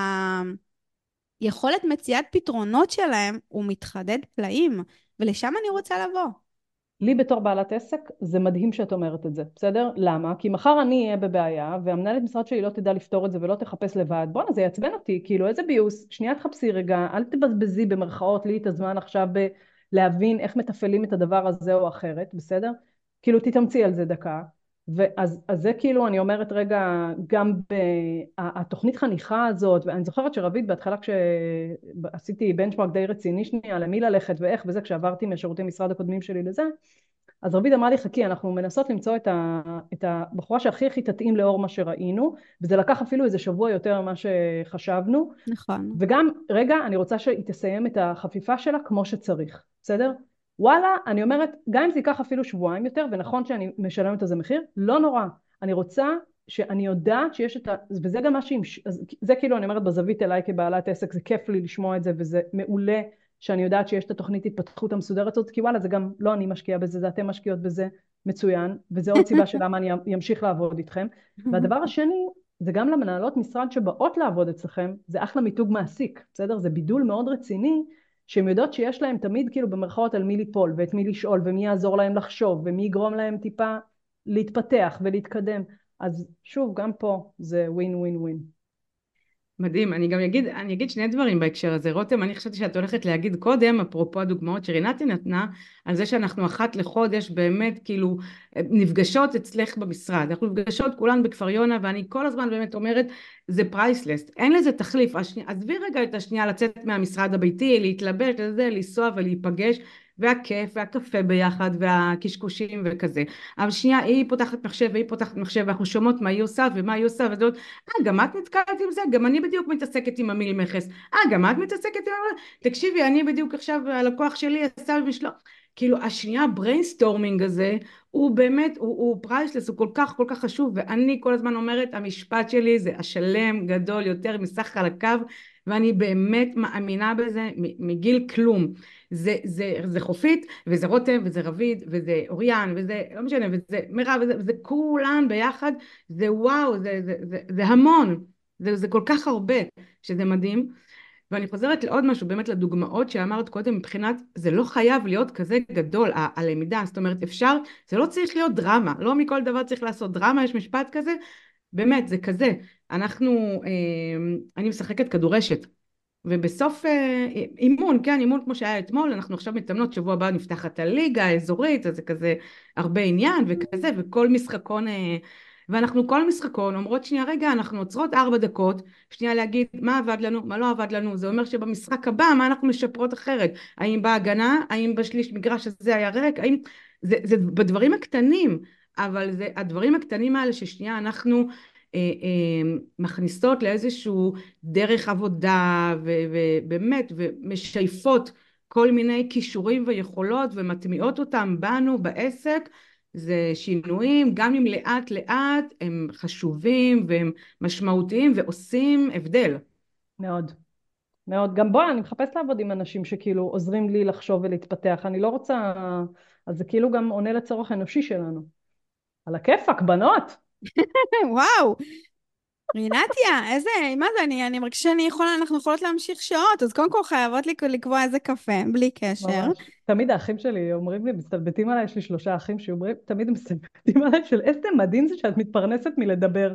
היכולת מציאת פתרונות שלהם הוא מתחדד פלאים, ולשם אני רוצה לבוא. לי בתור בעלת עסק זה מדהים שאת אומרת את זה, בסדר? למה? כי מחר אני אהיה בבעיה והמנהלת משרד שלי לא תדע לפתור את זה ולא תחפש לבד. בואנה, זה יעצבן אותי, כאילו איזה ביוס, שנייה תחפשי רגע, אל תבזבזי במרכאות לי את הזמן עכשיו להבין איך מתפעלים את הדבר הזה או אחרת, בסדר? כאילו תתאמצי על זה דקה. ואז אז זה כאילו אני אומרת רגע, גם בתוכנית חניכה הזאת, ואני זוכרת שרבית בהתחלה כשעשיתי בנצ'מרק די רציני שנייה, למי ללכת ואיך וזה, כשעברתי מהשירותי משרד הקודמים שלי לזה, אז רבית אמרה לי חכי, אנחנו מנסות למצוא את, ה, את הבחורה שהכי הכי תתאים לאור מה שראינו, וזה לקח אפילו איזה שבוע יותר ממה שחשבנו. נכון. וגם רגע אני רוצה שהיא תסיים את החפיפה שלה כמו שצריך, בסדר? וואלה, אני אומרת, גם אם זה ייקח אפילו שבועיים יותר, ונכון שאני משלמת איזה מחיר, לא נורא. אני רוצה שאני יודעת שיש את ה... וזה גם מה שהיא... זה כאילו, אני אומרת, בזווית אליי כבעלת עסק, זה כיף לי לשמוע את זה, וזה מעולה שאני יודעת שיש את התוכנית התפתחות המסודרת הזאת, כי וואלה, זה גם לא אני משקיעה בזה, זה אתם משקיעות בזה מצוין, וזה עוד סיבה שלמה אני אמשיך לעבוד איתכם. והדבר השני, זה גם למנהלות משרד שבאות לעבוד אצלכם, זה אחלה מיתוג מעסיק, בסדר? זה בידול מאוד רציני, שהן יודעות שיש להם תמיד כאילו במרכאות על מי ליפול ואת מי לשאול ומי יעזור להם לחשוב ומי יגרום להם טיפה להתפתח ולהתקדם. אז שוב, גם פה זה ווין ווין ווין. מדהים, אני גם אגיד, אני אגיד שני דברים בהקשר הזה. רותם, אני חשבתי שאת הולכת להגיד קודם, אפרופו הדוגמאות שרינתי נתנה, על זה שאנחנו אחת לחודש באמת כאילו נפגשות אצלך במשרד. אנחנו נפגשות כולן בכפר יונה, ואני כל הזמן באמת אומרת, זה פרייסלס, אין לזה תחליף. השני, עזבי רגע את השנייה לצאת מהמשרד הביתי, להתלבש, לזה, לנסוע ולהיפגש, והכיף, והקפה ביחד, והקשקושים וכזה. אבל שנייה, היא פותחת מחשב, והיא פותחת מחשב, ואנחנו שומעות מה היא עושה, ומה היא עושה, וזה אה, גם את נתקעת עם זה? גם אני בדיוק מתעסקת עם המיל מכס. אה, גם את מתעסקת עם המיל... תקשיבי, אני בדיוק עכשיו, הלקוח שלי עשה משלוח. כאילו, השנייה, בריינסטורמינג הזה, הוא באמת, הוא, הוא פרייסלס, הוא כל כך, כל כך חשוב, ואני כל הזמן אומרת, המשפט שלי זה השלם גדול יותר מסך חלקיו, ואני באמת מאמינה בזה מגיל כלום. זה, זה, זה חופית, וזה רותם, וזה רביד, וזה אוריאן, וזה, לא משנה, וזה מירב, וזה, וזה כולן ביחד, זה וואו, זה, זה, זה, זה המון, זה, זה כל כך הרבה, שזה מדהים. ואני חוזרת לעוד משהו, באמת לדוגמאות שאמרת קודם, מבחינת, זה לא חייב להיות כזה גדול, ה- הלמידה, זאת אומרת, אפשר, זה לא צריך להיות דרמה, לא מכל דבר צריך לעשות דרמה, יש משפט כזה, באמת, זה כזה. אנחנו, אה, אני משחקת כדורשת, ובסוף אה, אימון, כן, אימון כמו שהיה אתמול, אנחנו עכשיו מתאמנות, שבוע הבא נפתחת הליגה האזורית, אז זה כזה הרבה עניין וכזה, וכל משחקון, אה, ואנחנו כל משחקון אומרות שנייה רגע, אנחנו עוצרות ארבע דקות, שנייה להגיד מה עבד לנו, מה לא עבד לנו, זה אומר שבמשחק הבא מה אנחנו משפרות אחרת, האם בהגנה, האם בשליש מגרש הזה היה ריק, האם, זה, זה בדברים הקטנים, אבל זה הדברים הקטנים האלה ששנייה אנחנו אה, אה, מכניסות לאיזשהו דרך עבודה ובאמת ומשייפות כל מיני כישורים ויכולות ומטמיעות אותם בנו בעסק, זה שינויים גם אם לאט לאט הם חשובים והם משמעותיים ועושים הבדל. מאוד, מאוד. גם בוא, אני מחפש לעבוד עם אנשים שכאילו עוזרים לי לחשוב ולהתפתח. אני לא רוצה... אז זה כאילו גם עונה לצורך האנושי שלנו. על הכיפאק, בנות. וואו, רינתיה, איזה, מה זה, אני, אני מרגישה שאני יכולה, אנחנו יכולות להמשיך שעות, אז קודם כל חייבות לי לקבוע איזה קפה, בלי קשר. ממש. תמיד האחים שלי אומרים לי, מסתלבטים עליי, יש לי שלושה אחים שאומרים, תמיד הם מסתלבטים עליי של איזה מדהים זה שאת מתפרנסת מלדבר.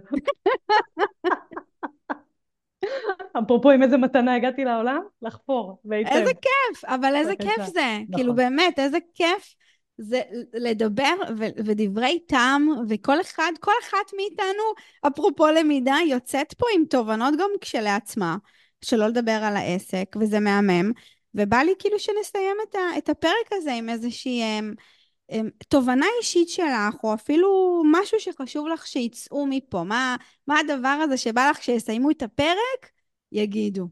אפרופו עם איזה מתנה הגעתי לעולם, לחפור, והיטב. איזה כיף, אבל איזה כיף בבקשה. זה, כאילו נכון. באמת, איזה כיף זה לדבר ו- ודברי טעם, וכל אחד, כל אחת מאיתנו, אפרופו למידה, יוצאת פה עם תובנות גם כשלעצמה, שלא לדבר על העסק, וזה מהמם, ובא לי כאילו שנסיים את, ה- את הפרק הזה עם איזושהי אמ, אמ, תובנה אישית שלך, או אפילו משהו שחשוב לך שיצאו מפה, מה, מה הדבר הזה שבא לך שיסיימו את הפרק, יגידו.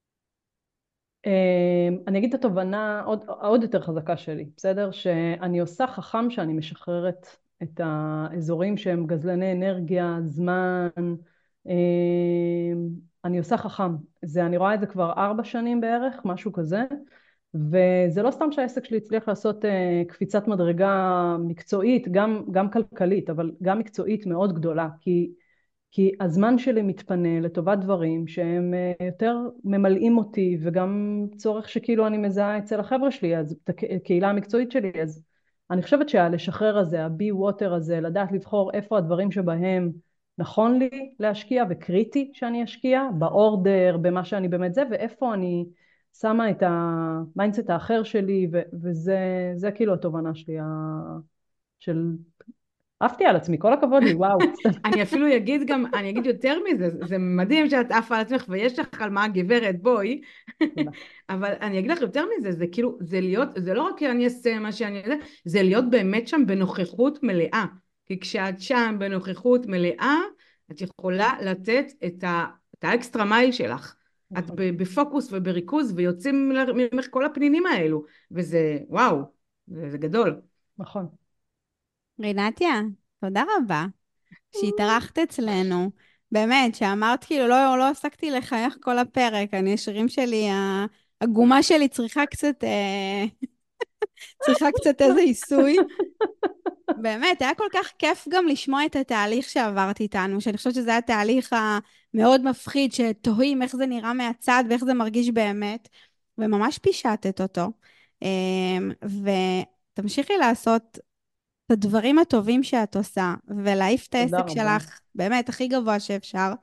אמ, אני אגיד את התובנה עוד, עוד יותר חזקה שלי, בסדר? שאני עושה חכם שאני משחררת את האזורים שהם גזלני אנרגיה, זמן. אמ, אני עושה חכם. זה, אני רואה את זה כבר ארבע שנים בערך, משהו כזה. וזה לא סתם שהעסק שלי הצליח לעשות אה, קפיצת מדרגה מקצועית, גם, גם כלכלית, אבל גם מקצועית מאוד גדולה, כי כי הזמן שלי מתפנה לטובת דברים שהם אה, יותר ממלאים אותי, וגם צורך שכאילו אני מזהה אצל החבר'ה שלי, אז את הקהילה המקצועית שלי, אז אני חושבת שהלשחרר הזה, הבי ווטר הזה, לדעת לבחור איפה הדברים שבהם נכון לי להשקיע וקריטי שאני אשקיע, באורדר, במה שאני באמת זה, ואיפה אני שמה את המיינדסט האחר שלי, ו- וזה זה כאילו התובנה שלי, ה- של עפתי על עצמי, כל הכבוד לי, וואו. אני אפילו אגיד גם, אני אגיד יותר מזה, זה מדהים שאת עפה על עצמך ויש לך על מה גברת, בואי. אבל אני אגיד לך יותר מזה, זה כאילו, זה להיות, זה לא רק אני אעשה מה שאני אעשה, זה להיות באמת שם בנוכחות מלאה. כי כשאת שם בנוכחות מלאה, את יכולה לתת את, ה, את האקסטרה מייל שלך. את נכון. בפוקוס ובריכוז ויוצאים ממך כל הפנינים האלו. וזה, וואו, זה, זה גדול. נכון. רינתיה, תודה רבה שהתארחת אצלנו. באמת, שאמרת כאילו, לא, לא הפסקתי לחייך כל הפרק. אני, השירים שלי, הגומה שלי צריכה קצת, אה, צריכה קצת איזה עיסוי. באמת, היה כל כך כיף גם לשמוע את התהליך שעברת איתנו, שאני חושבת שזה היה תהליך המאוד מפחיד, שתוהים איך זה נראה מהצד ואיך זה מרגיש באמת, וממש פישטת אותו. אמ, ותמשיכי לעשות את הדברים הטובים שאת עושה, ולהעיף את תודה העסק רבה. שלך באמת הכי גבוה שאפשר,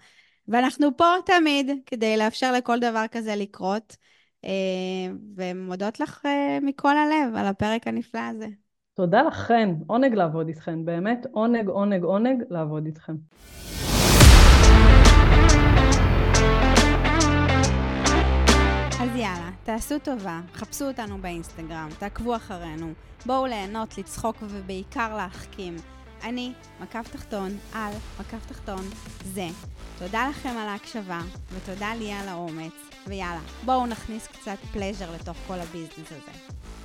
ואנחנו פה תמיד כדי לאפשר לכל דבר כזה לקרות, ומודות לך מכל הלב על הפרק הנפלא הזה. תודה לכן, עונג לעבוד איתכן, באמת עונג, עונג, עונג לעבוד איתכן. אז יאללה, תעשו טובה, חפשו אותנו באינסטגרם, תעקבו אחרינו, בואו ליהנות, לצחוק ובעיקר להחכים. אני, מקף תחתון, על מקף תחתון, זה. תודה לכם על ההקשבה, ותודה לי על האומץ, ויאללה, בואו נכניס קצת פלז'ר לתוך כל הביזנס הזה.